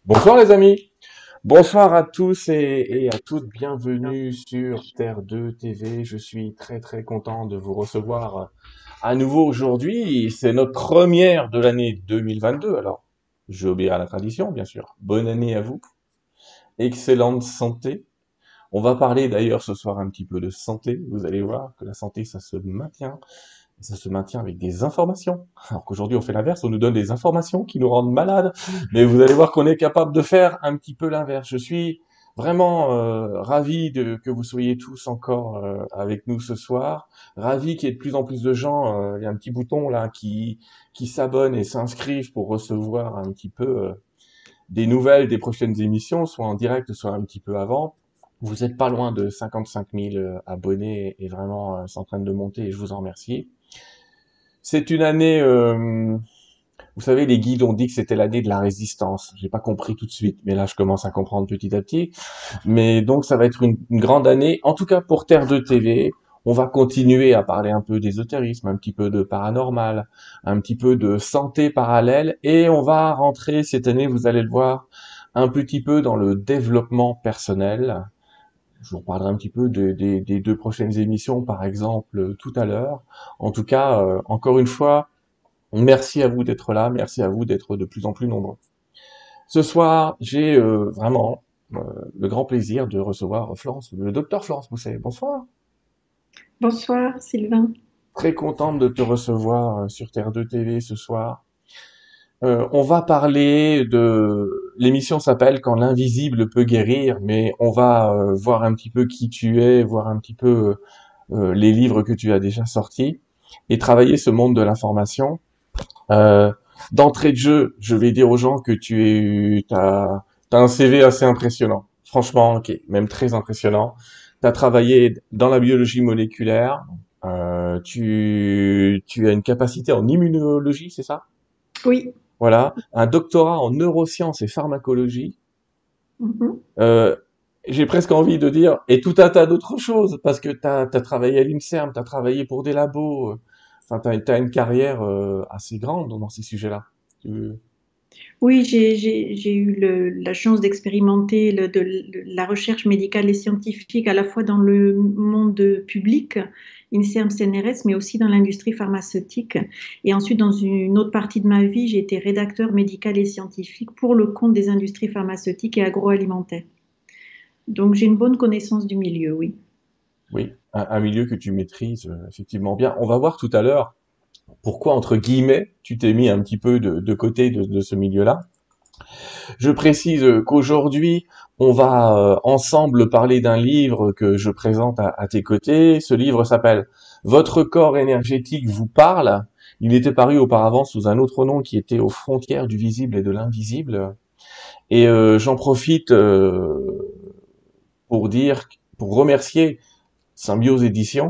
Bonsoir les amis, bonsoir à tous et à toutes, bienvenue sur Terre 2 TV. Je suis très très content de vous recevoir à nouveau aujourd'hui. C'est notre première de l'année 2022, alors je obéis à la tradition bien sûr. Bonne année à vous, excellente santé. On va parler d'ailleurs ce soir un petit peu de santé, vous allez voir que la santé ça se maintient. Et ça se maintient avec des informations. Alors qu'aujourd'hui, on fait l'inverse, on nous donne des informations qui nous rendent malades. Mais vous allez voir qu'on est capable de faire un petit peu l'inverse. Je suis vraiment ravi que vous soyez tous encore avec nous ce soir. Ravi qu'il y ait de plus en plus de gens. Il y a un petit bouton là qui s'abonnent et s'inscrivent pour recevoir un petit peu des nouvelles des prochaines émissions, soit en direct, soit un petit peu avant. Vous êtes pas loin de 55 000 abonnés et vraiment c'est en train de monter et je vous en remercie. C'est une année, vous savez, les guides ont dit que c'était l'année de la résistance. J'ai pas compris tout de suite, mais là je commence à comprendre petit à petit. Mais donc ça va être une grande année, en tout cas pour Terre 2 TV. On va continuer à parler un peu d'ésotérisme, un petit peu de paranormal, un petit peu de santé parallèle, et on va rentrer cette année, vous allez le voir, un petit peu dans le développement personnel. Je vous reparlerai un petit peu des deux prochaines émissions, par exemple, tout à l'heure. En tout cas, encore une fois, merci à vous d'être là, merci à vous d'être de plus en plus nombreux. Ce soir, j'ai vraiment le grand plaisir de recevoir Florence, le docteur Florence Bousset. Bonsoir. Bonsoir Sylvain. Très contente de te recevoir sur Terre 2 TV ce soir. On va parler de... L'émission s'appelle Quand l'invisible peut guérir, mais on va voir un petit peu qui tu es, voir un petit peu les livres que tu as déjà sortis et travailler ce monde de l'information. Euh, D'entrée de jeu, je vais dire aux gens que t'as un CV assez impressionnant. Franchement, ok, même très impressionnant. T'as travaillé dans la biologie moléculaire. Tu as une capacité en immunologie, c'est ça? Oui. Voilà. Un doctorat en neurosciences et pharmacologie. Mhm. Euh, j'ai presque envie de dire, et tout un tas d'autres choses, parce que t'as travaillé à l'INSERM, t'as travaillé pour des labos, enfin, t'as une carrière assez grande dans ces sujets-là. Tu- Oui, j'ai eu la chance d'expérimenter la recherche médicale et scientifique à la fois dans le monde public, INSERM, CNRS, mais aussi dans l'industrie pharmaceutique. Et ensuite, dans une autre partie de ma vie, j'ai été rédacteur médical et scientifique pour le compte des industries pharmaceutiques et agroalimentaires. Donc, j'ai une bonne connaissance du milieu, oui. Oui, un milieu que tu maîtrises effectivement bien. On va voir tout à l'heure pourquoi, entre guillemets, tu t'es mis un petit peu de côté de ce milieu-là. Je précise qu'aujourd'hui, on va ensemble parler d'un livre que je présente à tes côtés. Ce livre s'appelle Votre corps énergétique vous parle. Il était paru auparavant sous un autre nom qui était aux frontières du visible et de l'invisible. Et j'en profite pour dire, pour remercier Symbiose Édition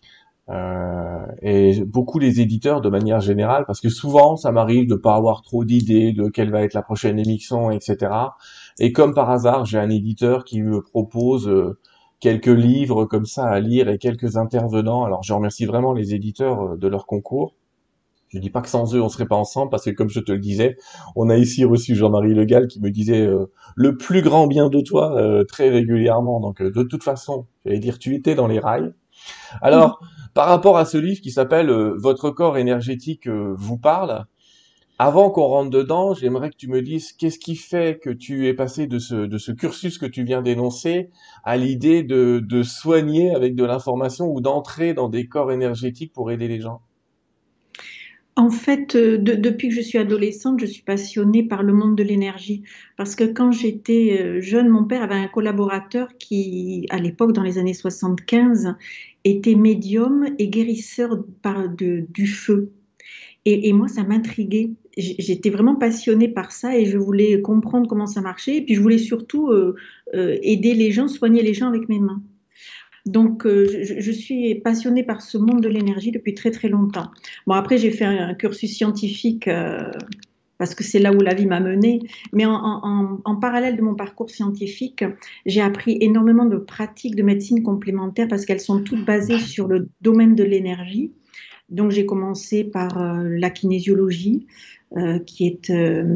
et beaucoup les éditeurs de manière générale, parce que souvent ça m'arrive de pas avoir trop d'idées de quelle va être la prochaine émission, etc. Et comme par hasard, j'ai un éditeur qui me propose quelques livres comme ça à lire et quelques intervenants. Alors je remercie vraiment les éditeurs de leur concours. Je dis pas que sans eux on serait pas ensemble, parce que comme je te le disais, on a ici reçu Jean-Marie Le Gall qui me disait le plus grand bien de toi très régulièrement. Donc de toute façon, j'allais dire tu étais dans les rails. Alors, par rapport à ce livre qui s'appelle Votre corps énergétique vous parle, avant qu'on rentre dedans, j'aimerais que tu me dises qu'est-ce qui fait que tu es passé de ce cursus que tu viens d'énoncer à l'idée de soigner avec de l'information ou d'entrer dans des corps énergétiques pour aider les gens. En fait, depuis que je suis adolescente, je suis passionnée par le monde de l'énergie. Parce que quand j'étais jeune, mon père avait un collaborateur qui, à l'époque, dans les années 75, était médium et guérisseur du feu. Et moi, ça m'intriguait. J'étais vraiment passionnée par ça et je voulais comprendre comment ça marchait. Et puis, je voulais surtout aider les gens, soigner les gens avec mes mains. Donc, je suis passionnée par ce monde de l'énergie depuis très très longtemps. Bon, après, j'ai fait un cursus scientifique parce que c'est là où la vie m'a menée. Mais en parallèle de mon parcours scientifique, j'ai appris énormément de pratiques de médecine complémentaire parce qu'elles sont toutes basées sur le domaine de l'énergie. Donc j'ai commencé par la kinésiologie, qui est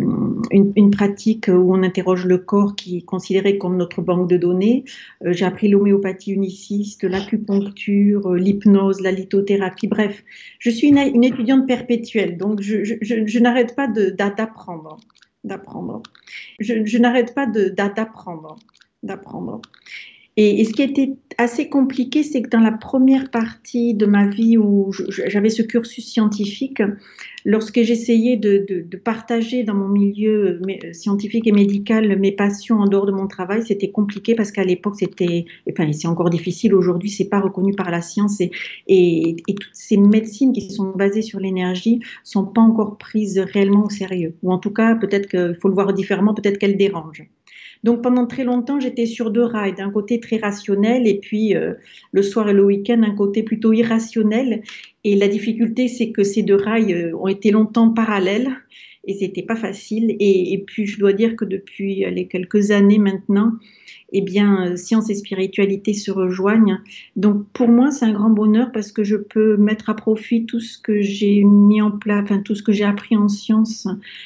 une pratique où on interroge le corps qui est considéré comme notre banque de données. J'ai appris l'homéopathie uniciste, l'acupuncture, l'hypnose, la lithothérapie, bref. Je suis une étudiante perpétuelle, donc je n'arrête pas d'apprendre, d'apprendre. Je n'arrête pas d'apprendre, d'apprendre. Et ce qui était assez compliqué, c'est que dans la première partie de ma vie où j'avais ce cursus scientifique, lorsque j'essayais de partager dans mon milieu scientifique et médical mes passions en dehors de mon travail, c'était compliqué parce qu'à l'époque, enfin, c'est encore difficile aujourd'hui, c'est pas reconnu par la science et toutes ces médecines qui sont basées sur l'énergie sont pas encore prises réellement au sérieux. Ou en tout cas, peut-être qu'il faut le voir différemment, peut-être qu'elles dérangent. Donc pendant très longtemps, j'étais sur deux rails, d'un côté très rationnel et puis le soir et le week-end, un côté plutôt irrationnel. Et la difficulté, c'est que ces deux rails ont été longtemps parallèles et c'était pas facile. Et puis je dois dire que depuis les quelques années maintenant, eh bien, science et spiritualité se rejoignent. Donc pour moi, c'est un grand bonheur parce que je peux mettre à profit tout ce que j'ai mis en place, enfin tout ce que j'ai appris en sciences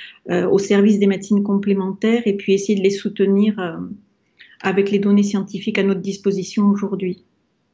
au service des médecines complémentaires et puis essayer de les soutenir avec les données scientifiques à notre disposition aujourd'hui.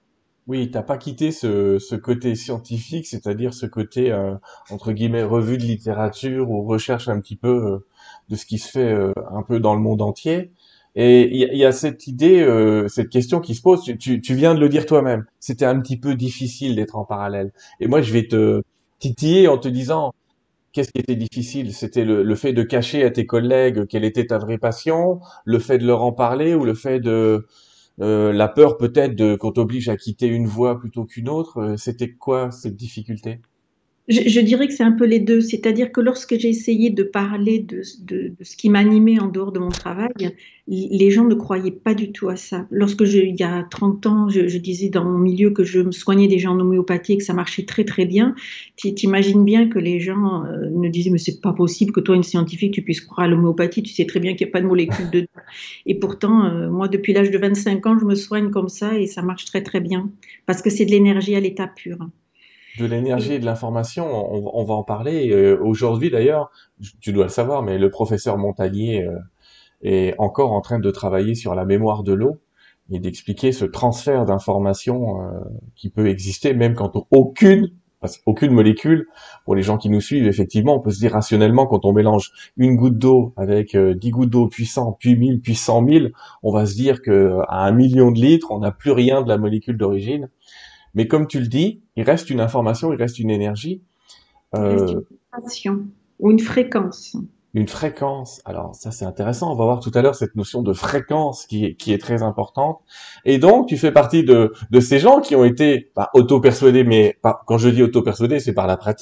Oui, t'as pas quitté ce côté scientifique, c'est-à-dire ce côté entre guillemets revue de littérature ou recherche un petit peu de ce qui se fait un peu dans le monde entier. Et il y a cette idée, cette question qui se pose. Tu viens de le dire toi-même. C'était un petit peu difficile d'être en parallèle. Et moi, je vais te titiller en te disant qu'est-ce qui était difficile? C'était le fait de cacher à tes collègues quelle était ta vraie passion, le fait de leur en parler ou le fait de la peur peut-être de qu'on t'oblige à quitter une voie plutôt qu'une autre. C'était quoi cette difficulté? Je dirais que c'est un peu les deux, c'est-à-dire que lorsque j'ai essayé de parler de ce qui m'animait en dehors de mon travail, les gens ne croyaient pas du tout à ça. Il y a 30 ans, je disais dans mon milieu que je me soignais des gens en homéopathie et que ça marchait très très bien, t'imagines bien que les gens ne disaient mais c'est pas possible que toi, une scientifique, tu puisses croire à l'homéopathie, tu sais très bien qu'il n'y a pas de molécules dedans. Et pourtant, moi, depuis l'âge de 25 ans, je me soigne comme ça et ça marche très très bien parce que c'est de l'énergie à l'état pur. De l'énergie Et et de l'information, on va en parler. Aujourd'hui d'ailleurs, tu dois le savoir, mais le professeur Montagnier est encore en train de travailler sur la mémoire de l'eau et d'expliquer ce transfert d'informations qui peut exister même quand aucune molécule, pour les gens qui nous suivent, effectivement, on peut se dire rationnellement, quand on mélange une goutte d'eau avec 10 gouttes d'eau puissant, puis 1000, puis 100 000, on va se dire que à 1 million de litres, on n'a plus rien de la molécule d'origine. Mais comme tu le dis, il reste une information, il reste une énergie, il reste une euh, vibration ou une fréquence. une fréquence. Alors ça c'est intéressant, on va voir tout à l'heure cette notion de fréquence qui est très importante. Et donc tu fais partie de ces gens qui ont été auto-persuadés, mais quand je dis auto-persuadés, c'est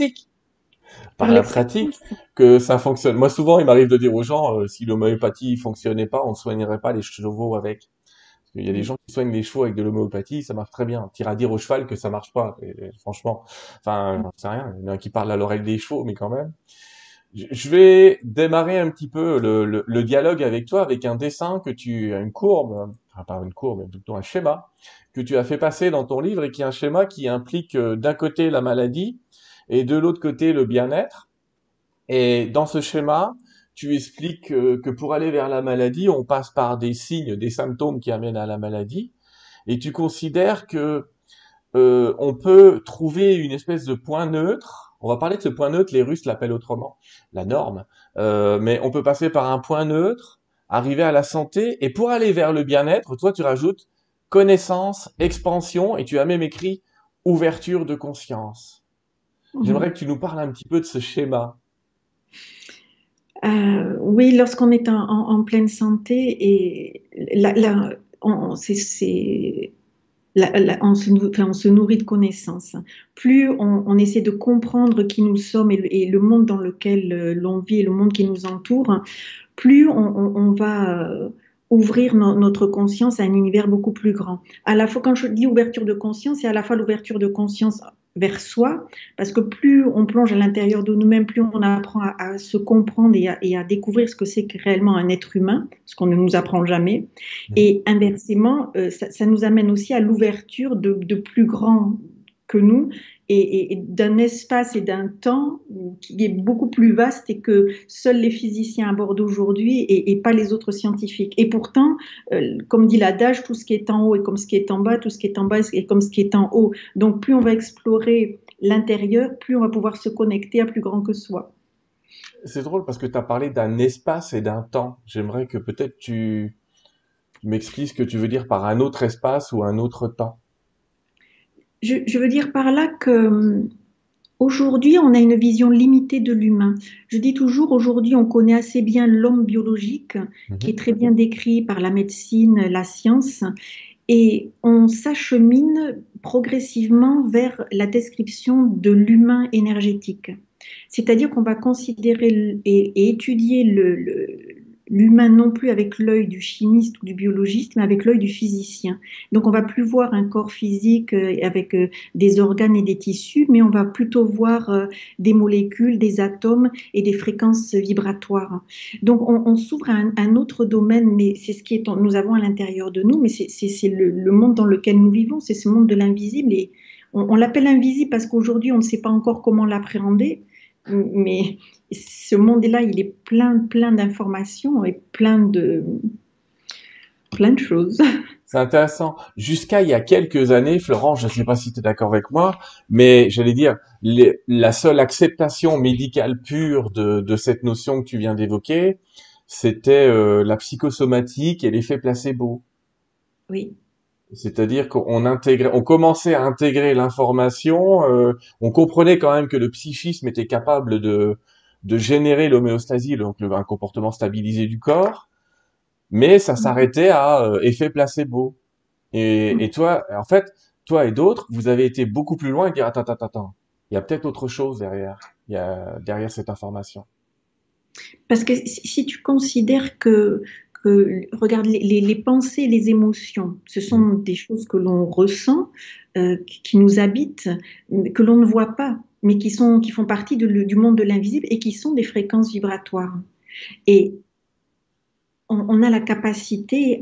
Par par la l'expérience. pratique que ça fonctionne. Moi souvent il m'arrive de dire aux gens, si l'homéopathie fonctionnait pas, on ne soignerait pas les chevaux avec. Il y a des gens qui soignent les chevaux avec de l'homéopathie, ça marche très bien. Tire à dire au cheval que ça marche pas, et franchement. Enfin, j'en sais rien. Il y en a un qui parle à l'oreille des chevaux, mais quand même. Je vais démarrer un petit peu le dialogue avec toi avec un dessin une courbe, enfin pas une courbe, mais plutôt un schéma que tu as fait passer dans ton livre et qui est un schéma qui implique d'un côté la maladie et de l'autre côté le bien-être. Et dans ce schéma, tu expliques que pour aller vers la maladie, on passe par des signes, des symptômes qui amènent à la maladie, et tu considères que on peut trouver une espèce de point neutre. On va parler de ce point neutre, les Russes l'appellent autrement, la norme. Mais on peut passer par un point neutre, arriver à la santé, et pour aller vers le bien-être, toi tu rajoutes connaissance, expansion, et tu as même écrit ouverture de conscience. J'aimerais Mhm. que tu nous parles un petit peu de ce schéma. Oui, lorsqu'on est en pleine santé et on se nourrit de connaissances. Plus on essaie de comprendre qui nous sommes et le monde dans lequel l'on vit et le monde qui nous entoure, plus on va ouvrir notre conscience à un univers beaucoup plus grand. À la fois, quand je dis ouverture de conscience, c'est à la fois l'ouverture de conscience vers soi, parce que plus on plonge à l'intérieur de nous-mêmes, plus on apprend à se comprendre et à découvrir ce que c'est que réellement un être humain, ce qu'on ne nous apprend jamais. Mhm. Et inversement, ça nous amène aussi à l'ouverture de plus grands que nous et d'un espace et d'un temps qui est beaucoup plus vaste et que seuls les physiciens abordent aujourd'hui et pas les autres scientifiques. Et pourtant, comme dit l'adage, tout ce qui est en haut est comme ce qui est en bas, tout ce qui est en bas est comme ce qui est en haut. Donc plus on va explorer l'intérieur, plus on va pouvoir se connecter à plus grand que soi. C'est drôle parce que tu as parlé d'un espace et d'un temps. J'aimerais que peut-être tu m'expliques ce que tu veux dire par un autre espace ou un autre temps. Je veux dire par là que aujourd'hui, on a une vision limitée de l'humain. Je dis toujours, aujourd'hui, on connaît assez bien l'homme biologique, qui est Mhm. très bien décrit par la médecine, la science, et on s'achemine progressivement vers la description de l'humain énergétique. C'est-à-dire qu'on va considérer et étudier l'humain non plus avec l'œil du chimiste ou du biologiste, mais avec l'œil du physicien. Donc on va plus voir un corps physique avec des organes et des tissus, mais on va plutôt voir des molécules, des atomes et des fréquences vibratoires. Donc on s'ouvre à un autre domaine, mais c'est ce qui est nous avons à l'intérieur de nous, mais c'est le monde dans lequel nous vivons, c'est ce monde de l'invisible et on l'appelle invisible parce qu'aujourd'hui on ne sait pas encore comment l'appréhender, mais ce monde-là, il est plein d'informations et plein de choses. C'est intéressant. Jusqu'à il y a quelques années, Florent, je ne sais pas si tu es d'accord avec moi, mais j'allais dire, la seule acceptation médicale pure de cette notion que tu viens d'évoquer, c'était la psychosomatique et l'effet placebo. Oui. C'est-à-dire qu'on intégrait, on commençait à intégrer l'information, on comprenait quand même que le psychisme était capable de générer l'homéostasie, donc un comportement stabilisé du corps, mais ça s'arrêtait à effet placebo. Et toi, en fait, toi et d'autres, vous avez été beaucoup plus loin et dire, attends, il y a peut-être autre chose derrière, il y a derrière cette information. Parce que si tu considères regarde, les pensées, les émotions, ce Mhm. sont des choses que l'on ressent, qui nous habitent, que l'on ne voit pas, mais qui font partie du monde de l'invisible et qui sont des fréquences vibratoires. Et on a la capacité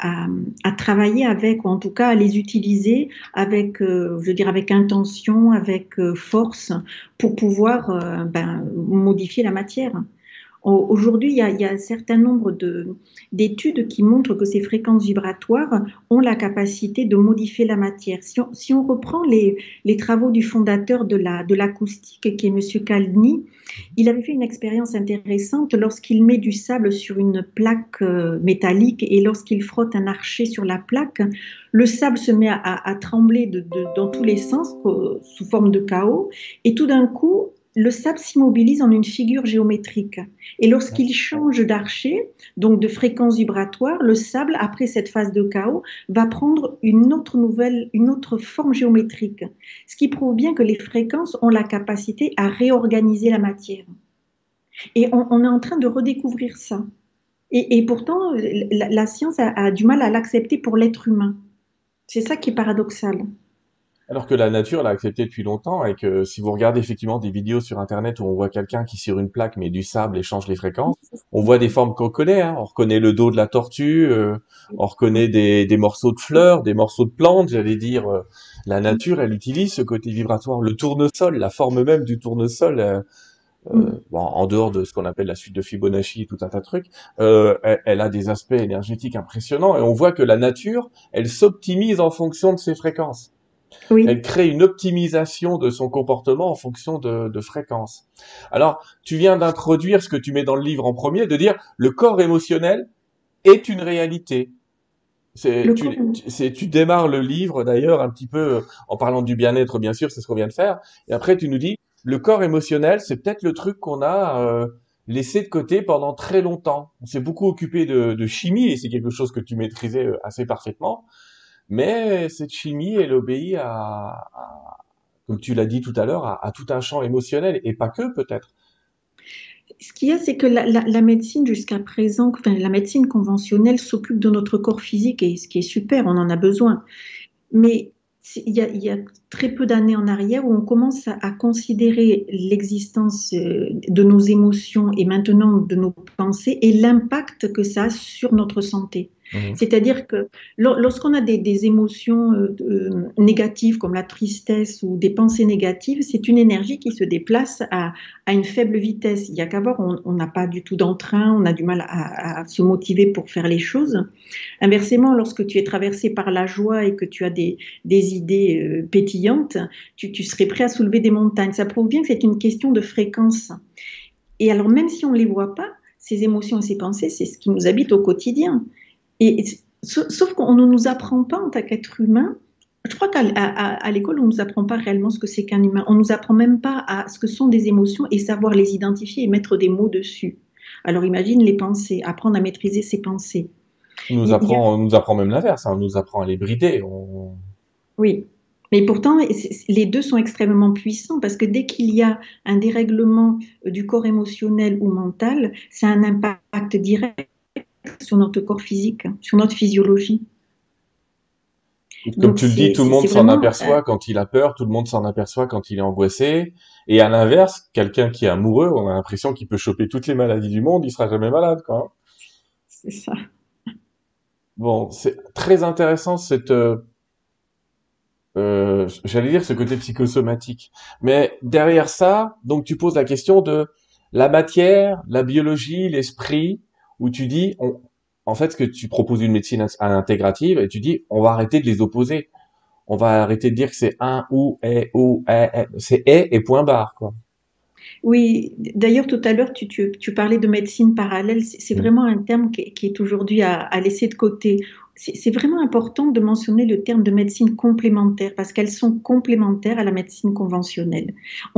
à travailler avec, ou en tout cas à les utiliser avec, je veux dire, avec intention, avec force, pour pouvoir modifier la matière. Aujourd'hui, il y a un certain nombre d'études qui montrent que ces fréquences vibratoires ont la capacité de modifier la matière. Si on reprend les travaux du fondateur de l'acoustique, qui est M. Caldini, il avait fait une expérience intéressante lorsqu'il met du sable sur une plaque métallique et lorsqu'il frotte un archet sur la plaque, le sable se met à trembler dans tous les sens sous forme de chaos et tout d'un coup, le sable s'immobilise en une figure géométrique. Et lorsqu'il change d'archet, donc de fréquence vibratoire, le sable, après cette phase de chaos, va prendre une autre forme géométrique. Ce qui prouve bien que les fréquences ont la capacité à réorganiser la matière. Et on est en train de redécouvrir ça. Et pourtant, la science a du mal à l'accepter pour l'être humain. C'est ça qui est paradoxal. Alors que la nature l'a accepté depuis longtemps et que si vous regardez effectivement des vidéos sur Internet où on voit quelqu'un qui sur une plaque met du sable et change les fréquences, on voit des formes qu'on connaît, hein. On reconnaît le dos de la tortue, on reconnaît des morceaux de fleurs, des morceaux de plantes, j'allais dire. La nature, elle utilise ce côté vibratoire. Le tournesol, la forme même du tournesol, bon, en dehors de ce qu'on appelle la suite de Fibonacci et tout un tas de trucs, elle a des aspects énergétiques impressionnants et on voit que la nature, elle s'optimise en fonction de ses fréquences. Elle Oui, crée une optimisation de son comportement en fonction de fréquences. Alors, tu viens d'introduire ce que tu mets dans le livre en premier, de dire le corps émotionnel est une réalité. le corps. Tu démarres le livre d'ailleurs un petit peu en parlant du bien-être, bien sûr, c'est ce qu'on vient de faire. Et après, tu nous dis le corps émotionnel, c'est peut-être le truc qu'on a laissé de côté pendant très longtemps. On s'est beaucoup occupé de chimie et c'est quelque chose que tu maîtrisais assez parfaitement. Mais cette chimie, elle obéit comme tu l'as dit tout à l'heure, à tout un champ émotionnel et pas que peut-être. Ce qu'il y a, c'est que la médecine jusqu'à présent, enfin, la médecine conventionnelle s'occupe de notre corps physique et ce qui est super, on en a besoin. Mais il y a très peu d'années en arrière où on commence à considérer l'existence de nos émotions et maintenant de nos pensées et l'impact que ça a sur notre santé. Mhm. C'est-à-dire que lorsqu'on a des émotions négatives comme la tristesse ou des pensées négatives, c'est une énergie qui se déplace à une faible vitesse. Il y a qu'à voir, on n'a pas du tout d'entrain, on a du mal à se motiver pour faire les choses. Inversement, lorsque tu es traversé par la joie et que tu as des idées pétillantes, tu serais prêt à soulever des montagnes. Ça prouve bien que c'est une question de fréquence. Et alors, même si on ne les voit pas, ces émotions et ces pensées, c'est ce qui nous habite au quotidien. Et, sauf qu'on ne nous apprend pas en tant qu'être humain. Je crois qu'à l'école, on ne nous apprend pas réellement ce que c'est qu'un humain. On ne nous apprend même pas à ce que sont des émotions et savoir les identifier et mettre des mots dessus. Alors imagine les pensées, apprendre à maîtriser ses pensées. On nous apprend même l'inverse, hein, on nous apprend à les brider. Oui, mais pourtant, les deux sont extrêmement puissants parce que dès qu'il y a un dérèglement du corps émotionnel ou mental, ça a un impact direct sur notre corps physique, sur notre physiologie. Comme Donc, tu le dis, tout le monde c'est s'en vraiment, aperçoit quand il a peur, tout le monde s'en aperçoit quand il est angoissé. Et à l'inverse, quelqu'un qui est amoureux, on a l'impression qu'il peut choper toutes les maladies du monde, il sera jamais malade, quoi. c'est ça. Bon, c'est très intéressant j'allais dire ce côté psychosomatique. Mais derrière ça, donc tu poses la question de la matière, la biologie, l'esprit, où tu dis, en fait, que tu proposes une médecine intégrative et tu dis, on va arrêter de les opposer. On va arrêter de dire que c'est un ou, c'est et point barre, quoi. Oui, d'ailleurs, tout à l'heure, tu parlais de médecine parallèle. C'est Mm. vraiment un terme qui est aujourd'hui à laisser de côté. C'est vraiment important de mentionner le terme de médecine complémentaire parce qu'elles sont complémentaires à la médecine conventionnelle.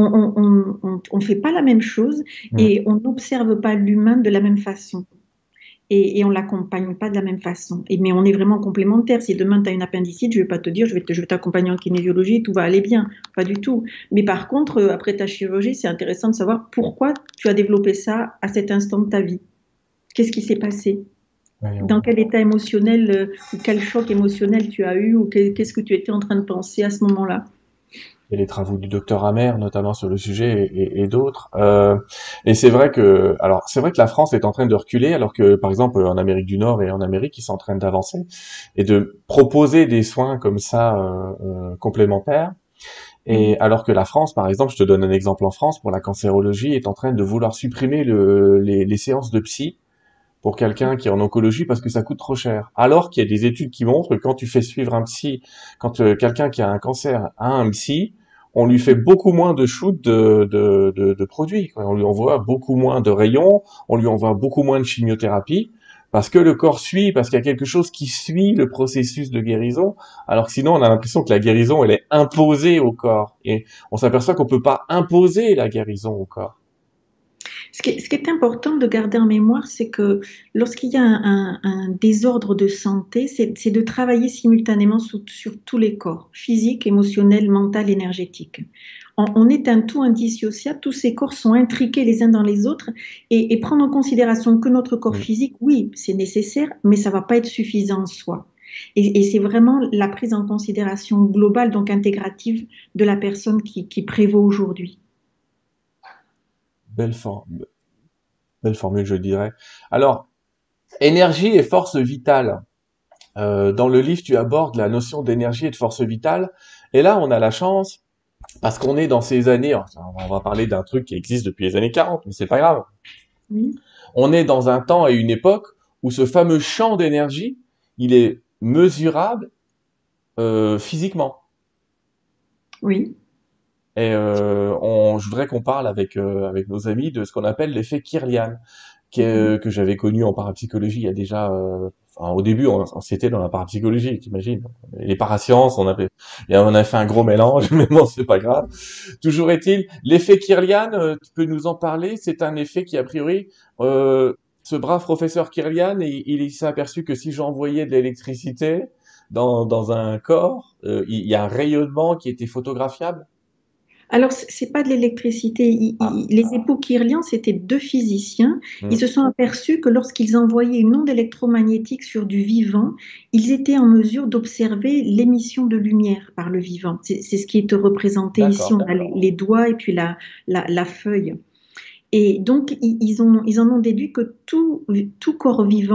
On fait pas la même chose Mm. et on n'observe pas l'humain de la même façon et on ne l'accompagne pas de la même façon. Mais on est vraiment complémentaires. Si demain tu as une appendicite, je ne vais pas te dire je vais t'accompagner en kinésiologie, tout va aller bien. Pas du tout. Mais par contre, après ta chirurgie, c'est intéressant de savoir pourquoi tu as développé ça à cet instant de ta vie. Qu'est-ce qui s'est passé? Ouais, Dans quel état émotionnel ou quel choc émotionnel tu as eu ou qu'est-ce que tu étais en train de penser à ce moment-là? il y a les travaux du docteur Amer, notamment sur le sujet, et d'autres. Et c'est vrai que, alors, c'est vrai que la France est en train de reculer, alors que, par exemple, en Amérique du Nord et en Amérique, ils sont en train d'avancer et de proposer des soins comme ça complémentaires. Oui. Et alors que la France, par exemple, je te donne un exemple en France, pour la cancérologie, est en train de vouloir supprimer les séances de psy pour quelqu'un qui est en oncologie parce que ça coûte trop cher. Alors qu'il y a des études qui montrent que quand tu fais suivre un psy, quand quelqu'un qui a un cancer a un psy, on lui fait beaucoup moins de shoots de produits, quoi. On lui envoie beaucoup moins de rayons, on lui envoie beaucoup moins de chimiothérapie, parce que le corps suit, parce qu'il y a quelque chose qui suit le processus de guérison, alors que sinon on a l'impression que la guérison elle est imposée au corps. Et on s'aperçoit qu'on peut pas imposer la guérison au corps. Ce qui est important de garder en mémoire, c'est que lorsqu'il y a un désordre de santé, c'est de travailler simultanément sur tous les corps, physique, émotionnel, mental, énergétique. On est un tout indissociable, tous ces corps sont intriqués les uns dans les autres et prendre en considération que notre corps Mm. physique, oui, c'est nécessaire, mais ça ne va pas être suffisant en soi. Et c'est vraiment la prise en considération globale, donc intégrative, de la personne qui prévaut aujourd'hui. Belle forme. Belle formule, je dirais. Alors, énergie et force vitale. Dans le livre, tu abordes la notion d'énergie et de force vitale. Et là, on a la chance, parce qu'on est dans ces années, on va parler d'un truc qui existe depuis les années 40, mais c'est pas grave. Oui, On est dans un temps et une époque où ce fameux champ d'énergie, il est mesurable physiquement. oui. Et je voudrais qu'on parle avec nos amis de ce qu'on appelle l'effet Kirlian, Mhm. que j'avais connu en parapsychologie il y a déjà. Enfin, au début, c'était dans la parapsychologie, t'imagines. Les parasciences, on a fait un gros mélange, mais bon, c'est pas grave. Toujours est-il, l'effet Kirlian, tu peux nous en parler? C'est un effet qui, a priori, ce brave professeur Kirlian, il s'est aperçu que si j'envoyais de l'électricité dans un corps, il y a un rayonnement qui était photographiable. Alors, c'est pas de l'électricité. Ah. Les époux Kirlian, c'était deux physiciens. Ils Mm. se sont aperçus que lorsqu'ils envoyaient une onde électromagnétique sur du vivant, ils étaient en mesure d'observer l'émission de lumière par le vivant. C'est ce qui est représenté ici. D'accord. On a les doigts et puis la feuille. Et donc, ils en ont déduit que tout corps vivant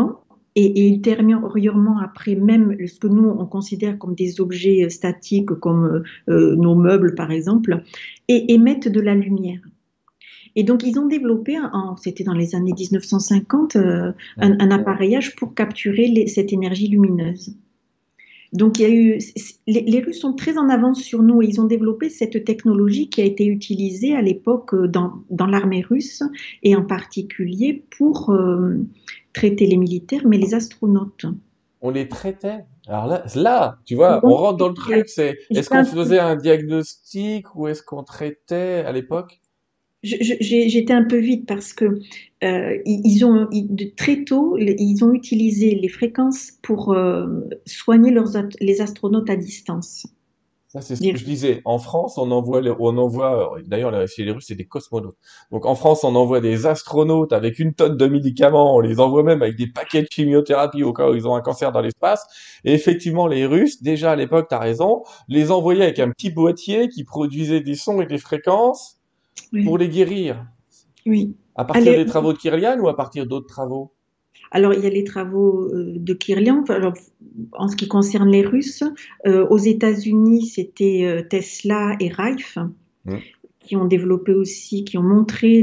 et ultérieurement, après même ce que nous, on considère comme des objets statiques, comme nos meubles, par exemple, et émettent de la lumière. Et donc, ils ont développé, c'était dans les années 1950, Mm. un appareillage pour capturer cette énergie lumineuse. Donc, il y a eu, les Russes sont très en avance sur nous et ils ont développé cette technologie qui a été utilisée à l'époque dans l'armée russe et en particulier pour traiter les militaires, mais les astronautes. On les traitait. Alors là, tu vois, on On- rentre dans le truc. C'est, est-ce J'étais qu'on un peu, faisait un diagnostic ou est-ce qu'on traitait à l'époque? j'étais un peu vite parce que ils ont très tôt, ils ont utilisé les fréquences pour soigner les astronautes à distance. Ça, c'est ce que je disais. En France, on envoie, d'ailleurs, chez les Russes, c'est des cosmonautes. Donc, en France, on envoie des astronautes avec une tonne de médicaments. On les envoie même avec des paquets de chimiothérapie au cas où ils ont un cancer dans l'espace. Et effectivement, les Russes, déjà à l'époque, t'as raison, les envoyaient avec un petit boîtier qui produisait des sons et des fréquences pour Oui, les guérir. oui. À partir Allez, des travaux de Kirlian ou à partir d'autres travaux? alors, il y a les travaux de Kirlian. Alors, en ce qui concerne les Russes, aux États-Unis, c'était Tesla et Rife Hmm. qui ont développé aussi, qui ont montré,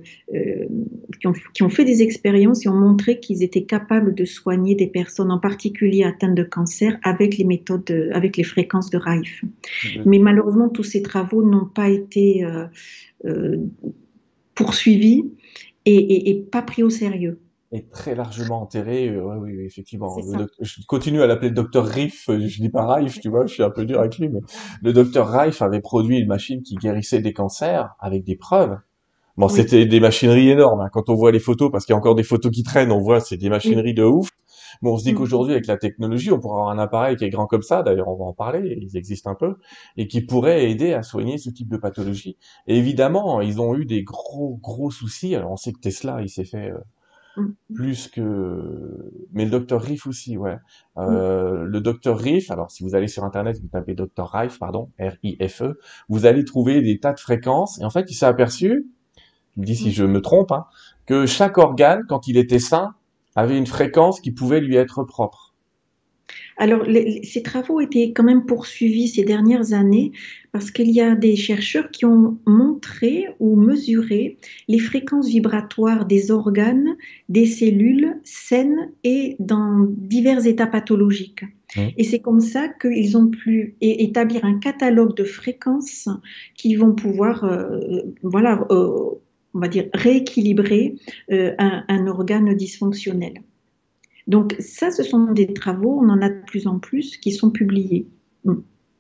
qui ont fait des expériences et ont montré qu'ils étaient capables de soigner des personnes en particulier atteintes de cancer avec les méthodes, avec les fréquences de Rife. De- Mais malheureusement, tous ces travaux n'ont pas été euh, poursuivis et pas pris au sérieux. Est très largement enterré. Ouais, oui, oui, effectivement. C'est ça. Je continue à l'appeler docteur Riff. Je dis pas Rife, tu vois, je suis un peu dur avec lui, mais le docteur Rife avait produit une machine qui guérissait des cancers avec des preuves. Bon, Oui, c'était des machineries énormes, hein. Quand on voit les photos, parce qu'il y a encore des photos qui traînent, on voit c'est des oui. machineries de ouf. Bon, on se dit Mm. qu'aujourd'hui, avec la technologie, on pourra avoir un appareil qui est grand comme ça. D'ailleurs, on va en parler. Ils existent un peu et qui pourrait aider à soigner ce type de pathologie. Et évidemment, ils ont eu des gros, gros soucis. Alors, on sait que Tesla, il s'est fait Mm. plus que, mais le docteur Riff aussi, ouais. Mm. Le docteur Riff, alors si vous allez sur internet, vous tapez docteur Rife, pardon, R-I-F-E, vous allez trouver des tas de fréquences. Et en fait, il s'est aperçu, tu me dis si Mm. je me trompe, hein, que chaque organe, quand il était sain, avait une fréquence qui pouvait lui être propre. Alors, ces travaux étaient quand même poursuivis ces dernières années parce qu'il y a des chercheurs qui ont montré ou mesuré les fréquences vibratoires des organes, des cellules saines et dans divers états pathologiques. Hmm. Et c'est comme ça qu'ils ont pu établir un catalogue de fréquences qui vont pouvoir, voilà, on va dire, rééquilibrer un organe dysfonctionnel. Donc ça, ce sont des travaux, on en a de plus en plus qui sont publiés. Mm.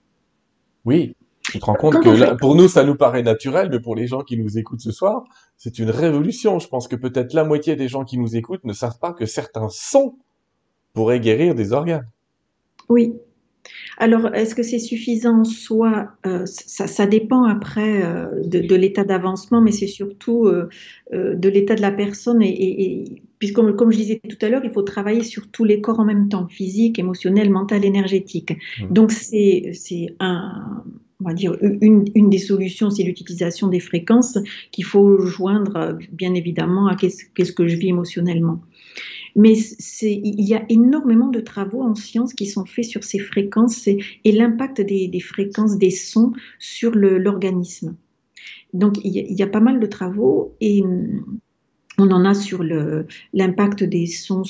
Oui, tu te rends compte Quand que on fait, là, pour nous, ça nous paraît naturel, mais pour les gens qui nous écoutent ce soir, c'est une révolution. Je pense que peut-être la moitié des gens qui nous écoutent ne savent pas que certains sons pourraient guérir des organes. oui. Alors, est-ce que c'est suffisant en soi? Ça dépend après de l'état d'avancement, mais c'est surtout de l'état de la personne. Puisque, comme je disais tout à l'heure, il faut travailler sur tous les corps en même temps, physique, émotionnel, mental, énergétique. Hmm. Donc, on va dire, une des solutions, c'est l'utilisation des fréquences qu'il faut joindre, bien évidemment, à qu'est-ce que je vis émotionnellement. Mais il y a énormément de travaux en sciences qui sont faits sur ces fréquences et l'impact des fréquences des sons sur l'organisme. Donc, il y a pas mal de travaux et on en a sur l'impact des sons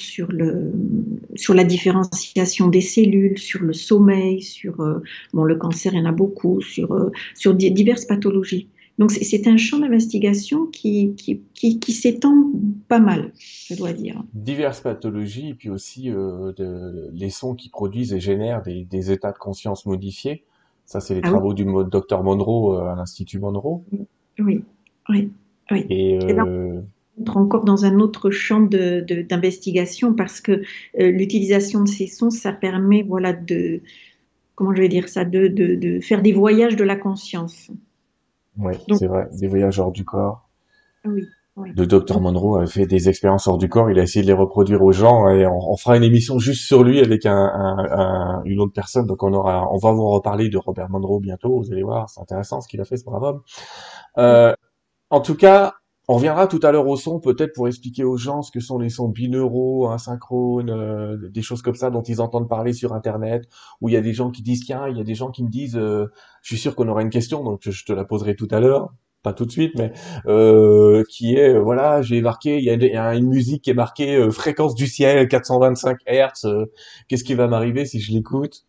sur la différenciation des cellules, sur le sommeil, bon, le cancer, il y en a beaucoup, sur diverses pathologies. Donc, c'est un champ d'investigation qui s'étend pas mal, je dois dire. Diverses pathologies, et puis aussi les sons qui produisent et génèrent des états de conscience modifiés. Ça, c'est les Ah oui, travaux du docteur Monroe à l'Institut Monroe. oui, oui, oui. Et Et là, on entre encore dans un autre champ d'investigation parce que l'utilisation de ces sons, ça permet, voilà, comment je vais dire ça, de faire des voyages de la conscience. oui, Donc, c'est vrai, des voyages hors du corps. oui, oui. Le docteur Donc, Monroe a fait des expériences hors du corps. Il a essayé de les reproduire aux gens, et on fera une émission juste sur lui avec une autre personne. Donc on va vous reparler de Robert Monroe bientôt. Vous allez voir, c'est intéressant ce qu'il a fait, ce brave homme. Euh, En tout cas, On reviendra tout à l'heure au son, peut-être pour expliquer aux gens ce que sont les sons binauraux, asynchrones, des choses comme ça dont ils entendent parler sur Internet, où il y a des gens qui disent, tiens, il y a des gens qui me disent, je suis sûr qu'on aura une question, donc je te la poserai tout à l'heure, pas tout de suite, mais qui est, voilà, j'ai marqué, il y a une musique qui est marquée fréquence du ciel, 425 Hertz, qu'est-ce qui va m'arriver si je l'écoute?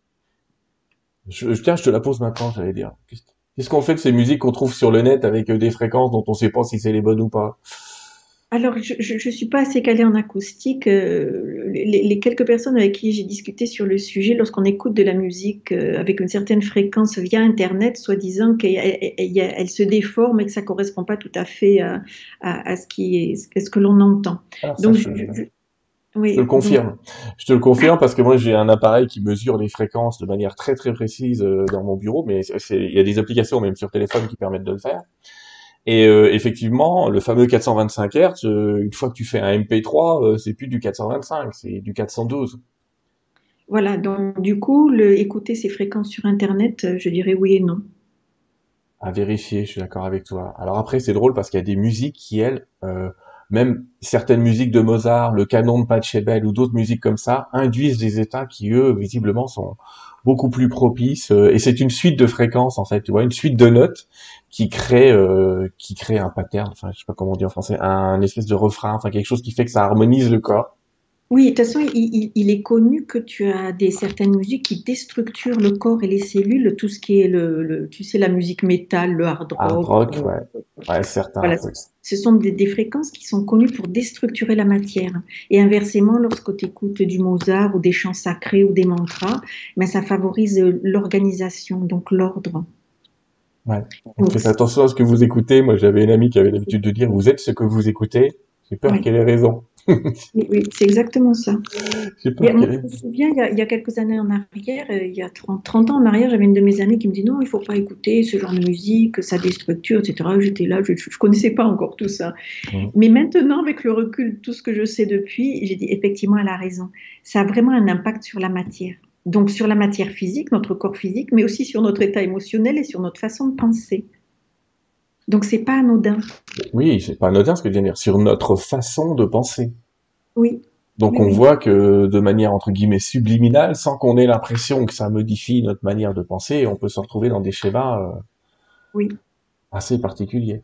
Tiens, je te la pose maintenant, j'allais dire. Qu'est-ce qu'on fait de ces musiques qu'on trouve sur le net avec des fréquences dont on sait pas si c'est les bonnes ou pas? Alors, je suis pas assez calée en acoustique. Les quelques personnes avec qui j'ai discuté sur le sujet, lorsqu'on écoute de la musique avec une certaine fréquence via Internet, soi-disant qu'elle se déforme et que ça correspond pas tout à fait à à ce que l'on entend. Alors ça, Donc, je te le oui, donc confirme. Je te le confirme parce que moi j'ai un appareil qui mesure les fréquences de manière très très précise dans mon bureau, mais il y a des applications même sur téléphone qui permettent de le faire. Et effectivement, le fameux 425 Hz, une fois que tu fais un MP3, c'est plus du 425, c'est du 412. voilà. Donc, du coup, écouter ces fréquences sur Internet, je dirais oui et non. À vérifier, je suis d'accord avec toi. Alors après, c'est drôle parce qu'il y a des musiques qui, elles, même certaines musiques de Mozart, le canon de Pachelbel ou d'autres musiques comme ça, induisent des états qui, eux, visiblement, sont beaucoup plus propices. Et c'est une suite de fréquences, en fait, tu vois, une suite de notes qui crée un pattern, enfin, je sais pas comment on dit en français, un espèce de refrain, enfin, quelque chose qui fait que ça harmonise le corps. Oui, de toute façon, il est connu que tu as certaines musiques qui déstructurent le corps et les cellules, tout ce qui est tu sais, la musique métal, le hard Hard rock. rock, ouais. Ouais, certains, Voilà, oui. ce sont des fréquences qui sont connues pour déstructurer la matière. Et inversement, lorsque tu écoutes du Mozart ou des chants sacrés ou des mantras, ben, ça favorise l'organisation, donc l'ordre. Ouais. Donc, Donc, faites attention à ce que vous écoutez. Moi, j'avais une amie qui avait l'habitude de dire, vous êtes ce que vous écoutez. J'ai peur oui, qu'elle ait raison. oui, oui, c'est exactement ça. J'ai Et peur moi, qu'elle ait... je me souviens, il y a quelques années en arrière, il y a 30 ans en arrière, j'avais une de mes amies qui me dit non, il faut pas écouter ce genre de musique, ça déstructure, etc. J'étais là, je ne connaissais pas encore tout ça. Mhm. Mais maintenant, avec le recul, tout ce que je sais depuis, j'ai dit effectivement, elle a raison. Ça a vraiment un impact sur la matière. Donc sur la matière physique, notre corps physique, mais aussi sur notre état émotionnel et sur notre façon de penser. Donc c'est pas anodin. Oui, c'est pas anodin ce que je viens de dire, sur notre façon de penser. Oui, Donc oui, on oui, voit que de manière entre guillemets subliminale, sans qu'on ait l'impression que ça modifie notre manière de penser, on peut se retrouver dans des schémas oui. assez particuliers.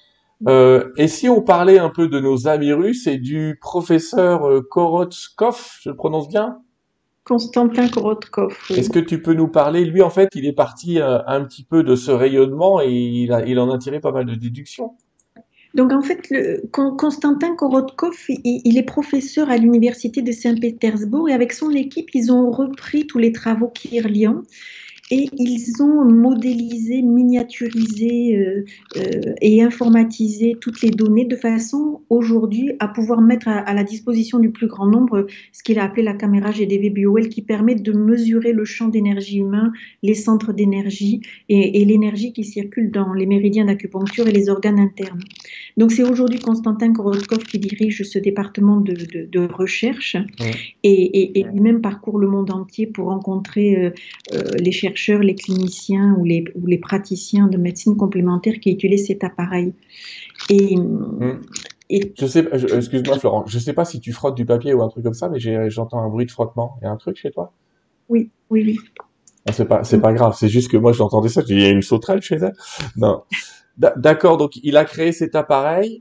Et si on parlait un peu de nos amis russes et du professeur Korotkov, je le prononce bien? Constantin Korotkov, Est-ce oui. que tu peux nous parler? Lui, en fait, il est parti un petit peu de ce rayonnement et il en a tiré pas mal de déductions. Donc en fait, Constantin Korotkov, il est professeur à l'université de Saint-Pétersbourg et avec son équipe, ils ont repris tous les travaux Kirlian et ils ont modélisé, miniaturisé et informatisé toutes les données de façon aujourd'hui à pouvoir mettre à la disposition du plus grand nombre ce qu'il a appelé la caméra GDV BioWell qui permet de mesurer le champ d'énergie humain, les centres d'énergie et l'énergie qui circule dans les méridiens d'acupuncture et les organes internes. Donc c'est aujourd'hui Constantin Korotkov qui dirige ce département de recherche Mm. et lui-même parcourt le monde entier pour rencontrer les chercheurs, les cliniciens ou les praticiens de médecine complémentaire qui utilisent cet appareil. Et, Mm. et Excuse-moi Florent, je sais pas si tu frottes du papier ou un truc comme ça, mais j'entends un bruit de frottement. Il y a un truc chez toi? oui, oui, oui. Ah, c'est pas grave, c'est juste que moi j'entendais ça, j'ai dit, il y a une sauterelle chez elle. Non. D'accord, donc il a créé cet appareil